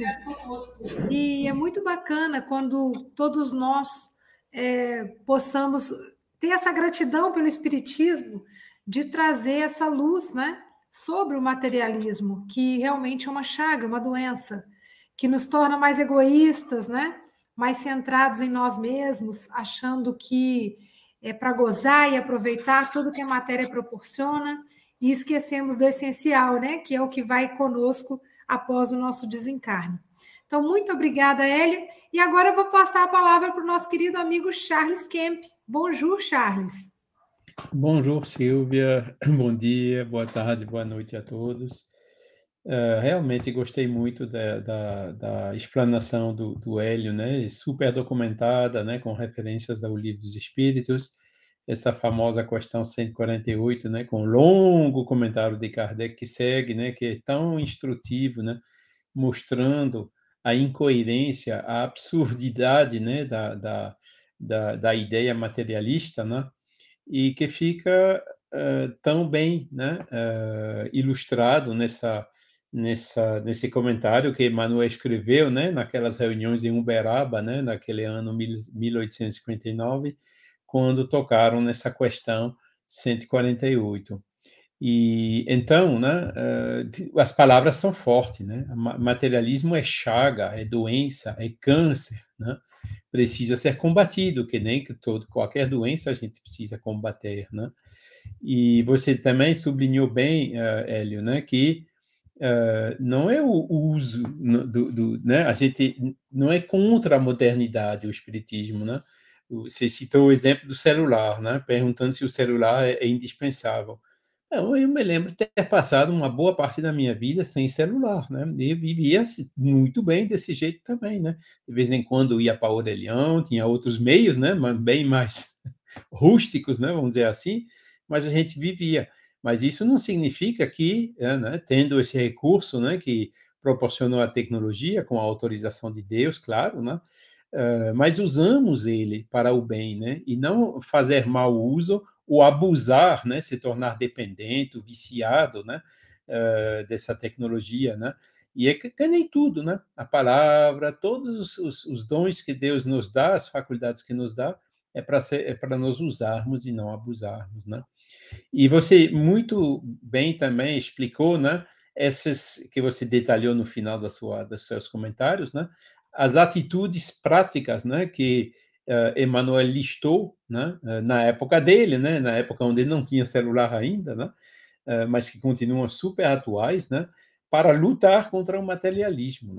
E é muito bacana quando todos nós possamos ter essa gratidão pelo Espiritismo de trazer essa luz, né, sobre o materialismo, que realmente é uma chaga, uma doença, que nos torna mais egoístas, né? Mais centrados em nós mesmos, achando que é para gozar e aproveitar tudo que a matéria proporciona e esquecemos do essencial, né? Que é o que vai conosco após o nosso desencarne. Então, muito obrigada, Hélio. E agora eu vou passar a palavra para o nosso querido amigo Charles Kemp. Bonjour, Charles. Bonjour, Silvia. Bom dia, boa tarde, boa noite a todos. Realmente gostei muito da explanação do Hélio, né? Super documentada, né? Com referências ao Livro dos Espíritos, essa famosa questão 148, né? Com um longo comentário de Kardec que segue, né? Que é tão instrutivo, né? Mostrando a incoerência, a absurdidade, né? Da ideia materialista, né? E que fica tão bem, né? Ilustrado nesse comentário que Emmanuel escreveu, né, naquelas reuniões em Uberaba, né, naquele ano 1859, quando tocaram nessa questão 148. E então, né, as palavras são fortes, né? Materialismo é chaga, é doença, é câncer, né? Precisa ser combatido, que nem que qualquer doença a gente precisa combater, né? E você também sublinhou bem, Hélio, né, que não é o uso né? A gente não é contra a modernidade, o espiritismo, né? Você citou o exemplo do celular, né? Perguntando se o celular é indispensável. Eu me lembro de ter passado uma boa parte da minha vida sem celular, né? E vivia muito bem desse jeito também, né? De vez em quando ia para o orelhão, tinha outros meios, né? Bem mais rústicos, né? Vamos dizer assim, mas a gente vivia. Mas isso não significa que, né, tendo esse recurso, né, que proporcionou a tecnologia, com a autorização de Deus, claro, né, mas usamos ele para o bem, né, e não fazer mau uso ou abusar, né, se tornar dependente, viciado, né, dessa tecnologia, né. E é que nem tudo, né, a palavra, todos os dons que Deus nos dá, as faculdades que nos dá, é para nós usarmos e não abusarmos, né. E você muito bem também explicou, né, essas que você detalhou no final dos seus comentários, né, as atitudes práticas, né, que Emmanuel listou, né, na época dele, né, na época onde não tinha celular ainda, né, mas que continuam super atuais, né, para lutar contra o materialismo,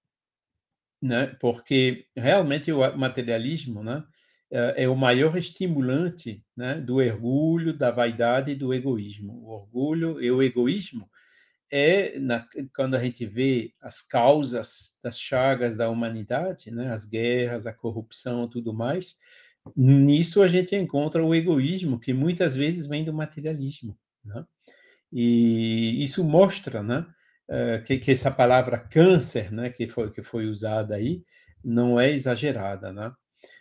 né, porque realmente o materialismo, né, é o maior estimulante, né, do orgulho, da vaidade e do egoísmo. O orgulho e o egoísmo quando a gente vê as causas das chagas da humanidade, né, as guerras, a corrupção, tudo mais, nisso a gente encontra o egoísmo, que muitas vezes vem do materialismo, né? E isso mostra, né, que essa palavra câncer, né, que foi usada aí, não é exagerada, né?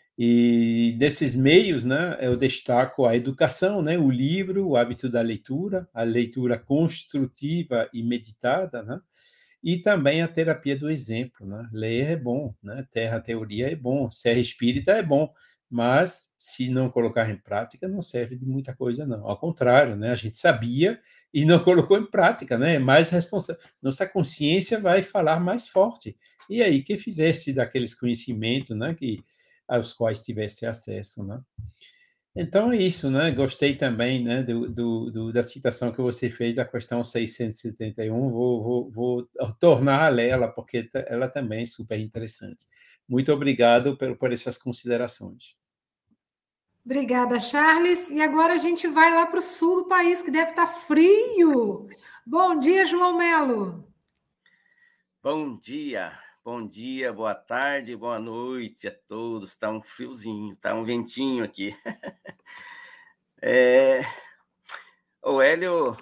E desses meios, né, eu destaco a educação, né, o livro, o hábito da leitura, a leitura construtiva e meditada, né, e também a terapia do exemplo, né? Ler é bom, né? Ter a teoria é bom, ser espírita é bom, mas se não colocar em prática não serve de muita coisa não. Ao contrário, né? A gente sabia e não colocou em prática, né? É mais responsável. Nossa consciência vai falar mais forte. E aí que fizesse daqueles conhecimentos, né? Aos quais tivesse acesso, né? Então é isso, né? Gostei também, né, da citação que você fez da questão 671. Vou tornar a ler ela, porque ela também é super interessante. Muito obrigado por essas considerações. Obrigada, Charles. E agora a gente vai lá para o sul do país, que deve estar frio. Bom dia, João Melo. Bom dia, boa tarde, boa noite a todos. Está um friozinho, está um ventinho aqui. O Hélio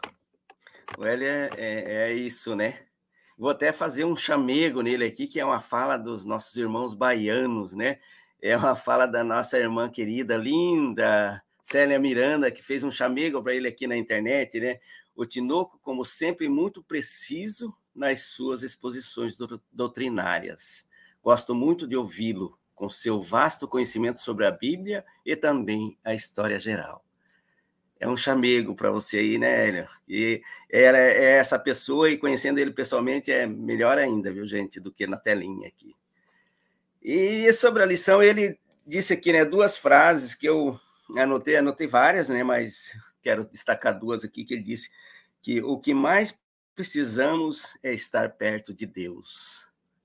é isso, né? Vou até fazer um chamego nele aqui, que é uma fala dos nossos irmãos baianos, né? É uma fala da nossa irmã querida, linda, Célia Miranda, que fez um chamego para ele aqui na internet, né? O Tinoco, como sempre, muito preciso nas suas exposições doutrinárias. Gosto muito de ouvi-lo, com seu vasto conhecimento sobre a Bíblia e também a história geral. É um chamego para você aí, né, Hélio? E é essa pessoa, e conhecendo ele pessoalmente é melhor ainda, viu, gente, do que na telinha aqui. E sobre a lição, ele disse aqui, né, duas frases que eu anotei várias, né, mas quero destacar duas aqui, que ele disse que o que mais precisamos é estar perto de Deus.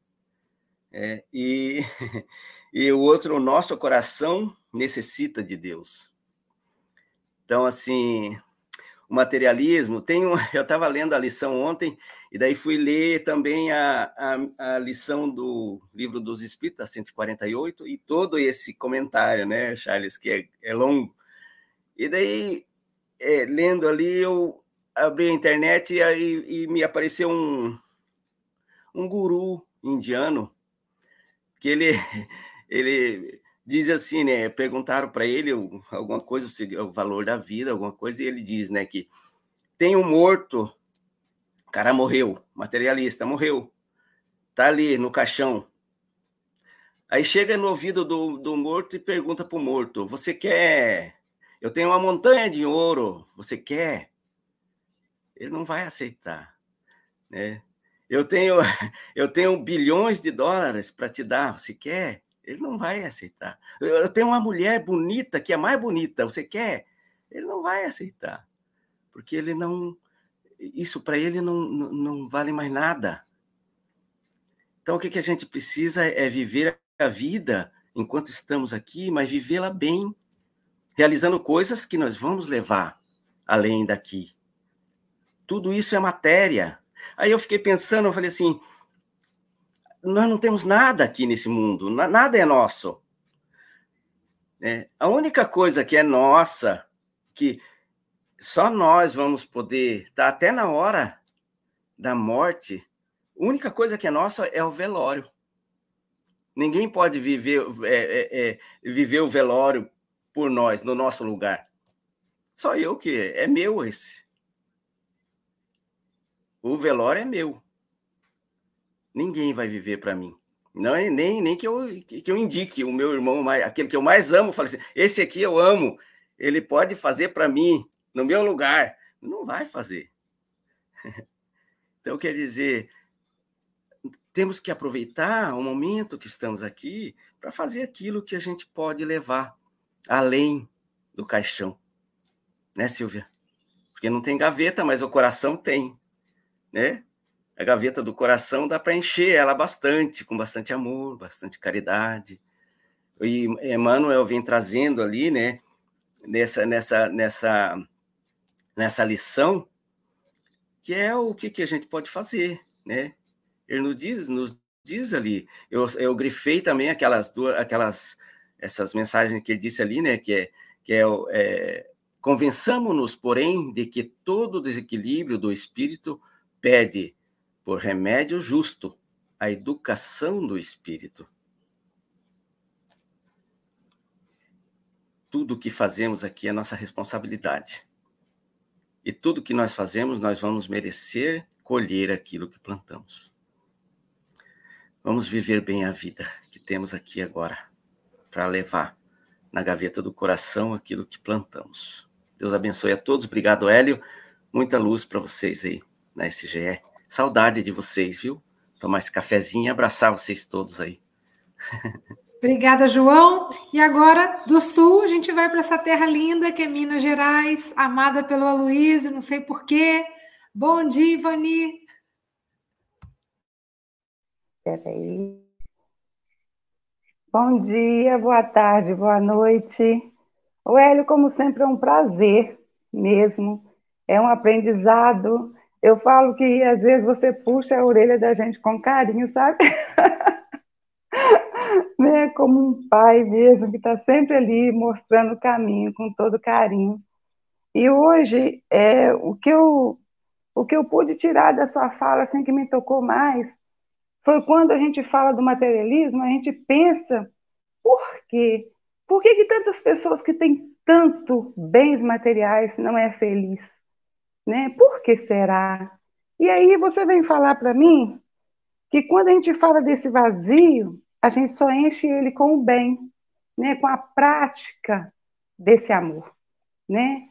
E o outro, o nosso coração necessita de Deus. Então, assim, o materialismo, eu estava lendo a lição ontem, e daí fui ler também a lição do Livro dos Espíritos, 148, e todo esse comentário, né, Charles, que é longo. E daí, lendo ali, eu abri a internet e me apareceu um guru indiano, que ele diz assim, né? Perguntaram para ele alguma coisa, o valor da vida, alguma coisa, e ele diz, né, que tem um morto, o cara morreu, materialista, morreu, tá ali no caixão. Aí chega no ouvido do morto e pergunta para o morto: você quer? Eu tenho uma montanha de ouro, você quer? Ele não vai aceitar, né? Eu tenho bilhões de dólares para te dar, você quer? Ele não vai aceitar. Eu tenho uma mulher bonita, que é mais bonita, você quer? Ele não vai aceitar, porque isso para ele não vale mais nada. Então, o que a gente precisa é viver a vida enquanto estamos aqui, mas vivê-la bem, realizando coisas que nós vamos levar além daqui. Tudo isso é matéria. Aí eu fiquei pensando, eu falei assim, nós não temos nada aqui nesse mundo, nada é nosso. A única coisa que é nossa, que só nós vamos poder, tá, até na hora da morte, a única coisa que é nossa é o velório. Ninguém pode viver o velório por nós, no nosso lugar. Só eu que é meu esse. O velório é meu. Ninguém vai viver para mim. Não, nem que eu indique o meu irmão, aquele que eu mais amo, fale assim, esse aqui eu amo, ele pode fazer para mim, no meu lugar. Não vai fazer. Então, quer dizer, temos que aproveitar o momento que estamos aqui para fazer aquilo que a gente pode levar além do caixão. Né, Silvia? Porque não tem gaveta, mas o coração tem, né? A gaveta do coração dá para encher ela bastante, com bastante amor, bastante caridade. E Emmanuel vem trazendo ali, né, nessa lição, que é o que a gente pode fazer, né? Ele nos diz ali. Eu grifei também essas mensagens que ele disse ali, né, que convençamo-nos, porém, de que todo desequilíbrio do espírito pede por remédio justo a educação do espírito. Tudo o que fazemos aqui é nossa responsabilidade. E tudo que nós fazemos, nós vamos merecer colher aquilo que plantamos. Vamos viver bem a vida que temos aqui agora, para levar na gaveta do coração aquilo que plantamos. Deus abençoe a todos. Obrigado, Hélio. Muita luz para vocês aí na SGE. Saudade de vocês, viu? Tomar esse cafezinho e abraçar vocês todos aí. Obrigada, João. E agora, do Sul, a gente vai para essa terra linda que é Minas Gerais, amada pelo Aloysio, não sei porquê. Bom dia, Ivani. Peraí. Bom dia, boa tarde, boa noite. O Hélio, como sempre, é um prazer mesmo. É um aprendizado. Eu falo que, às vezes, você puxa a orelha da gente com carinho, sabe? Né? Como um pai mesmo, que está sempre ali mostrando o caminho com todo carinho. E hoje, o que eu pude tirar da sua fala, assim, que me tocou mais, foi quando a gente fala do materialismo, a gente pensa, por quê? Por que tantas pessoas que têm tanto bens materiais não é feliz? Né? Por que será? E aí você vem falar para mim que quando a gente fala desse vazio, a gente só enche ele com o bem, né? Com a prática desse amor, né?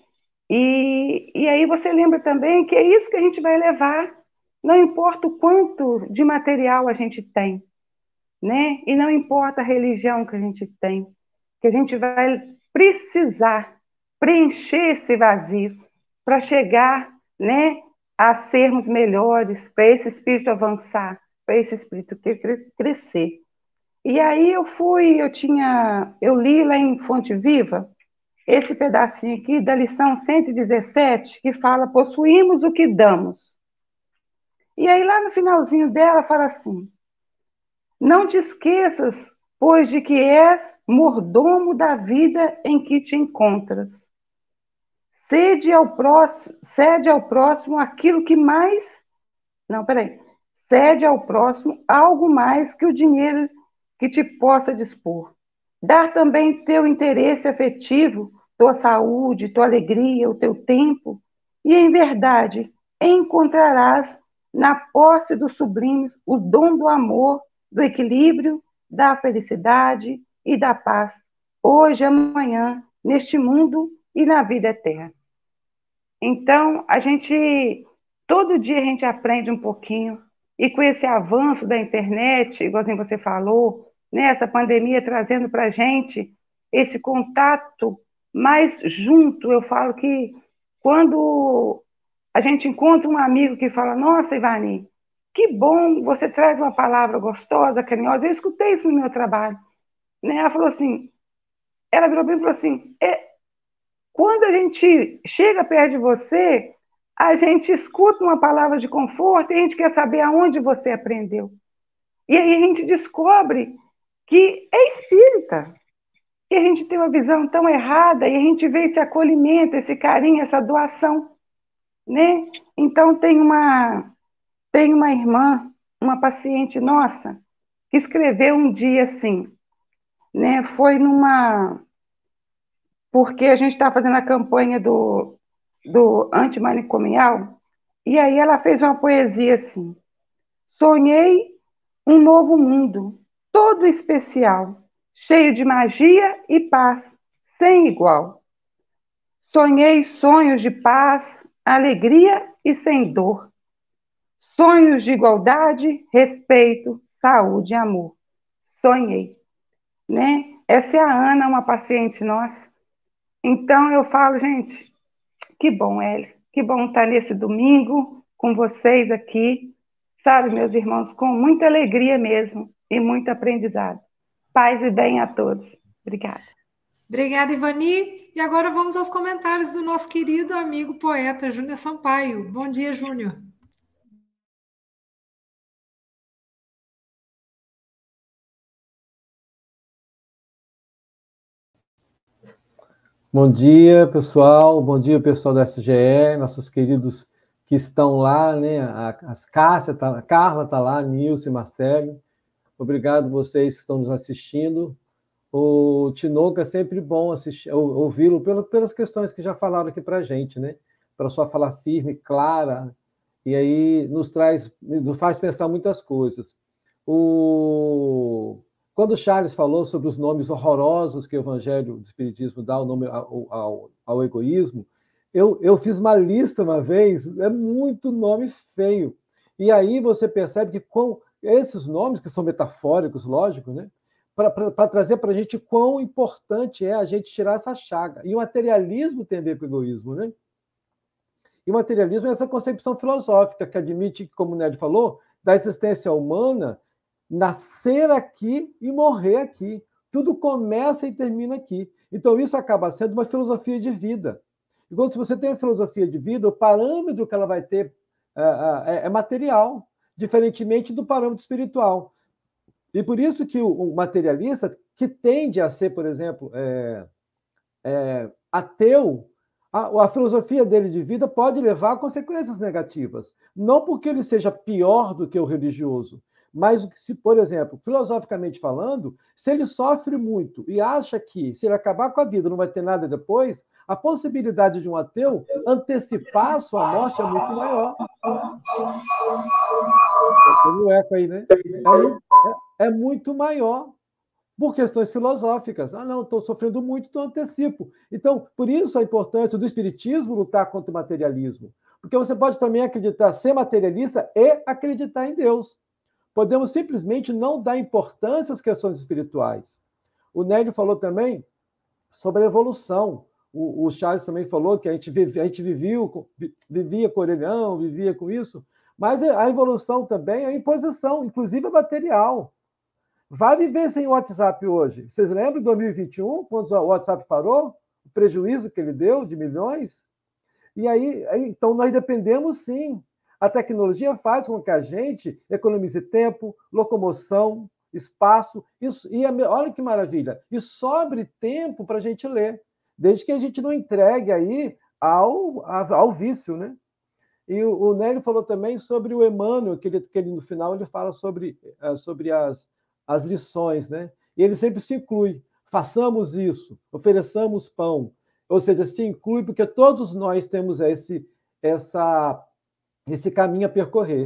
E aí você lembra também que é isso que a gente vai levar, não importa o quanto de material a gente tem, né? E não importa a religião que a gente tem, que a gente vai precisar preencher esse vazio para chegar, né, a sermos melhores, para esse espírito avançar, para esse espírito crescer. E aí eu li lá em Fonte Viva esse pedacinho aqui da lição 117, que fala: possuímos o que damos. E aí lá no finalzinho dela fala assim: não te esqueças, pois, de que és mordomo da vida em que te encontras. Cede ao próximo aquilo que mais... Não, peraí. Cede ao próximo algo mais que o dinheiro que te possa dispor. Dar também teu interesse afetivo, tua saúde, tua alegria, o teu tempo, e em verdade encontrarás na posse do sublime o dom do amor, do equilíbrio, da felicidade e da paz, hoje e amanhã, neste mundo e na vida eterna. Então, todo dia a gente aprende um pouquinho, e com esse avanço da internet, igualzinho você falou, né, essa pandemia trazendo para a gente esse contato mais junto. Eu falo que quando a gente encontra um amigo que fala: nossa, Ivani, que bom, você traz uma palavra gostosa, carinhosa. Eu escutei isso no meu trabalho. Né? Ela virou para mim e falou assim: quando a gente chega perto de você, a gente escuta uma palavra de conforto e a gente quer saber aonde você aprendeu. E aí a gente descobre que é espírita, que a gente tem uma visão tão errada, e a gente vê esse acolhimento, esse carinho, essa doação, né? Então tem uma irmã, uma paciente nossa, que escreveu um dia assim, né? Porque a gente está fazendo a campanha do antimanicomial, e aí ela fez uma poesia assim: sonhei um novo mundo, todo especial, cheio de magia e paz, sem igual. Sonhei sonhos de paz, alegria e sem dor. Sonhos de igualdade, respeito, saúde e amor. Sonhei, né? Essa é a Ana, uma paciente nossa. Então eu falo, gente, que bom, Hélio, que bom estar nesse domingo com vocês aqui, sabe, meus irmãos, com muita alegria mesmo e muito aprendizado. Paz e bem a todos. Obrigada. Obrigada, Ivani. E agora vamos aos comentários do nosso querido amigo poeta Júnior Sampaio. Bom dia, Júnior. Bom dia, pessoal. Bom dia, pessoal da SGE, nossos queridos que estão lá, né? A Carla está lá, Nilce, Marcelo. Obrigado vocês que estão nos assistindo. O Tinoco é sempre bom ouvi-lo pelas questões que já falaram aqui para a gente, né? Pela sua fala firme, clara, e aí nos faz pensar muitas coisas. Quando o Charles falou sobre os nomes horrorosos que o Evangelho do Espiritismo dá ao egoísmo, eu fiz uma lista uma vez, é muito nome feio. E aí você percebe que com esses nomes, que são metafóricos, lógico, né? para trazer para a gente quão importante é a gente tirar essa chaga. E o materialismo tem a ver com o egoísmo, né? E o materialismo é essa concepção filosófica que admite, como o Ned falou, da existência humana nascer aqui e morrer aqui. Tudo começa e termina aqui. Então, isso acaba sendo uma filosofia de vida. E quando você tem uma filosofia de vida, o parâmetro que ela vai ter é material, diferentemente do parâmetro espiritual. E por isso que o materialista, que tende a ser, por exemplo, ateu, a filosofia dele de vida pode levar a consequências negativas. Não porque ele seja pior do que o religioso, mas, se, por exemplo, filosoficamente falando, se ele sofre muito e acha que, se ele acabar com a vida, não vai ter nada depois, a possibilidade de um ateu antecipar a sua morte é muito maior. Tem um eco aí, né? É muito maior. Por questões filosóficas. Ah, não, estou sofrendo muito, então antecipo. Então, por isso a importância do espiritismo lutar contra o materialismo. Porque você pode também acreditar, ser materialista e acreditar em Deus. Podemos simplesmente não dar importância às questões espirituais. O Nélio falou também sobre a evolução. O Charles também falou que a gente vivia com orelhão, vivia com isso. Mas a evolução também é a imposição, inclusive material. Vai viver sem o WhatsApp hoje. Vocês lembram de 2021, quando o WhatsApp parou? O prejuízo que ele deu de milhões? E aí, então, nós dependemos, sim. A tecnologia faz com que a gente economize tempo, locomoção, espaço. Isso, olha que maravilha. E sobre tempo para a gente ler. Desde que a gente não entregue aí ao vício, né? E o Nélio falou também sobre o Emmanuel, que ele no final ele fala sobre as lições, né? E ele sempre se inclui. Façamos isso, ofereçamos pão. Ou seja, se inclui porque todos nós temos esse caminho a percorrer.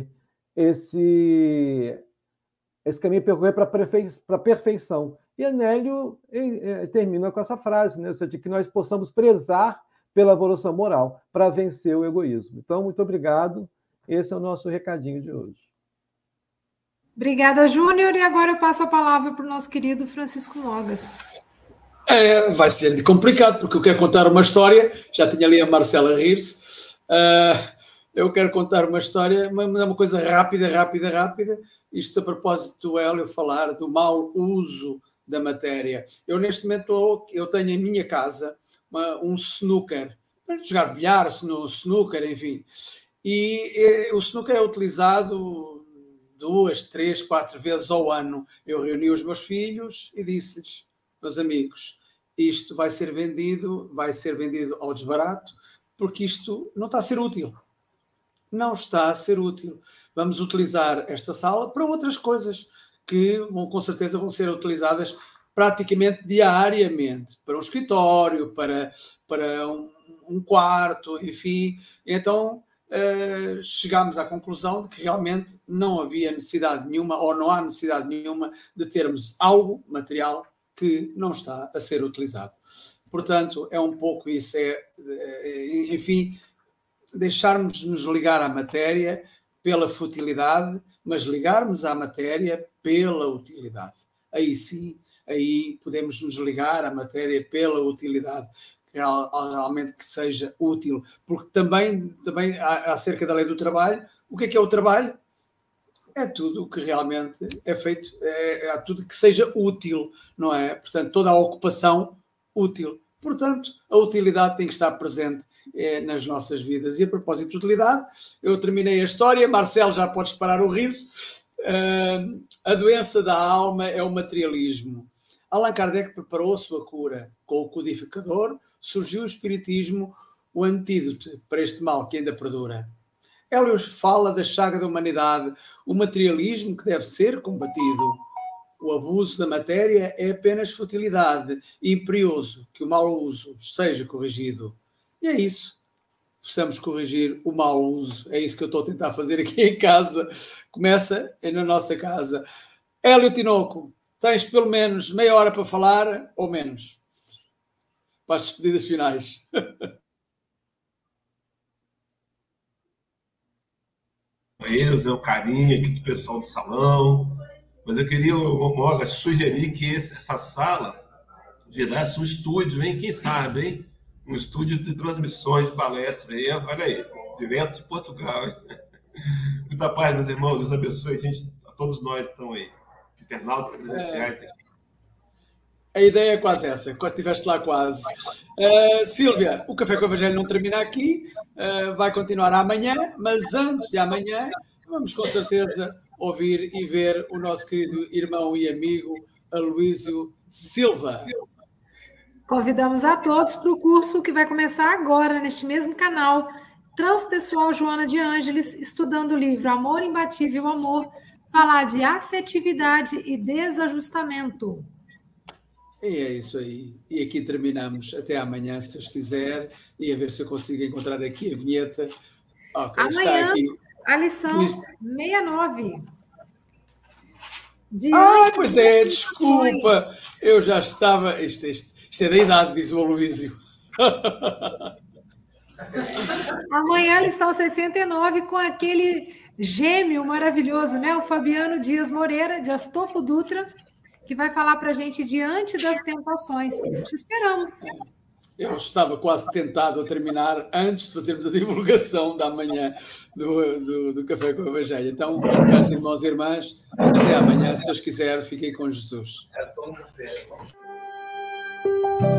Esse caminho a percorrer para a perfeição. E Anélio termina com essa frase, né? Ou seja, que nós possamos prezar pela evolução moral para vencer o egoísmo. Então, muito obrigado. Esse é o nosso recadinho de hoje. Obrigada, Júnior. E agora eu passo a palavra para o nosso querido Francisco Mogas. Vai ser complicado, porque eu quero contar uma história. Já tinha ali a Marcela a rir-se. Eu quero contar uma história, uma coisa rápida. Isto a propósito do Hélio falar do mau uso da matéria. Eu, neste momento, eu tenho em minha casa um snooker, para jogar bilhar, snooker, enfim. E o snooker é utilizado 2, 3, 4 vezes ao ano. Eu reuni os meus filhos e disse-lhes, meus amigos, isto vai ser vendido ao desbarato, porque isto não está a ser útil. Não está a ser útil. Vamos utilizar esta sala para outras coisas que com certeza vão ser utilizadas praticamente diariamente, para um escritório, para um quarto, enfim. Então, chegámos à conclusão de que realmente não havia necessidade nenhuma, ou não há necessidade nenhuma, de termos algo material que não está a ser utilizado. Portanto, é um pouco isso, enfim, deixarmos-nos ligar à matéria pela futilidade, mas ligarmos à matéria pela utilidade. Aí sim, aí podemos nos ligar à matéria pela utilidade, realmente que seja útil. Porque também acerca da lei do trabalho, o que é o trabalho? É tudo o que realmente é feito, é tudo que seja útil, não é? Portanto, toda a ocupação útil. Portanto, a utilidade tem que estar presente nas nossas vidas. E a propósito de utilidade, eu terminei a história. Marcelo, já podes parar o riso. A doença da alma é o materialismo. Allan Kardec preparou a sua cura. Com o codificador surgiu o espiritismo, o antídoto para este mal que ainda perdura. Hélio fala da chaga da humanidade, o materialismo que deve ser combatido. O abuso da matéria é apenas futilidade e imperioso que o mau uso seja corrigido. E é isso. Possamos corrigir o mau uso. É isso que eu estou a tentar fazer aqui em casa. Começa na nossa casa. Hélio Tinoco, tens pelo menos meia hora para falar ou menos? Para as despedidas finais. Eles, o carinho aqui do pessoal do salão. Mas eu queria, Moga, sugerir que essa sala virasse um estúdio, hein? Quem sabe, hein? Um estúdio de transmissões de palestra aí. Olha aí, direto de Portugal, hein? Muita paz, meus irmãos. Deus abençoe a todos nós que estão aí. Internautas presenciais aqui. A ideia é quase essa, quando estiveste lá quase. Sílvia, o Café com o Evangelho não termina aqui, vai continuar amanhã, mas antes de amanhã, vamos com certeza ouvir e ver o nosso querido irmão e amigo Aloísio Silva. Convidamos a todos para o curso que vai começar agora, neste mesmo canal, Transpessoal Joana de Ângeles, estudando o livro Amor Imbatível o Amor, falar de afetividade e desajustamento. E é isso aí. E aqui terminamos. Até amanhã, se Deus quiser. E a ver se eu consigo encontrar aqui a vinheta. Okay, amanhã, está aqui. A lição 69. Pois é, desculpa. Eu já estava... Isto é da idade, diz o Aloísio. Amanhã, lição 69, com aquele gêmeo maravilhoso, né? O Fabiano Dias Moreira, de Astolfo Dutra, que vai falar para a gente diante das tentações. Te esperamos. Eu estava quase tentado a terminar antes de fazermos a divulgação da manhã do Café com o Evangelho. Então, meus irmãos e irmãs, até amanhã, se Deus quiser, fiquem com Jesus.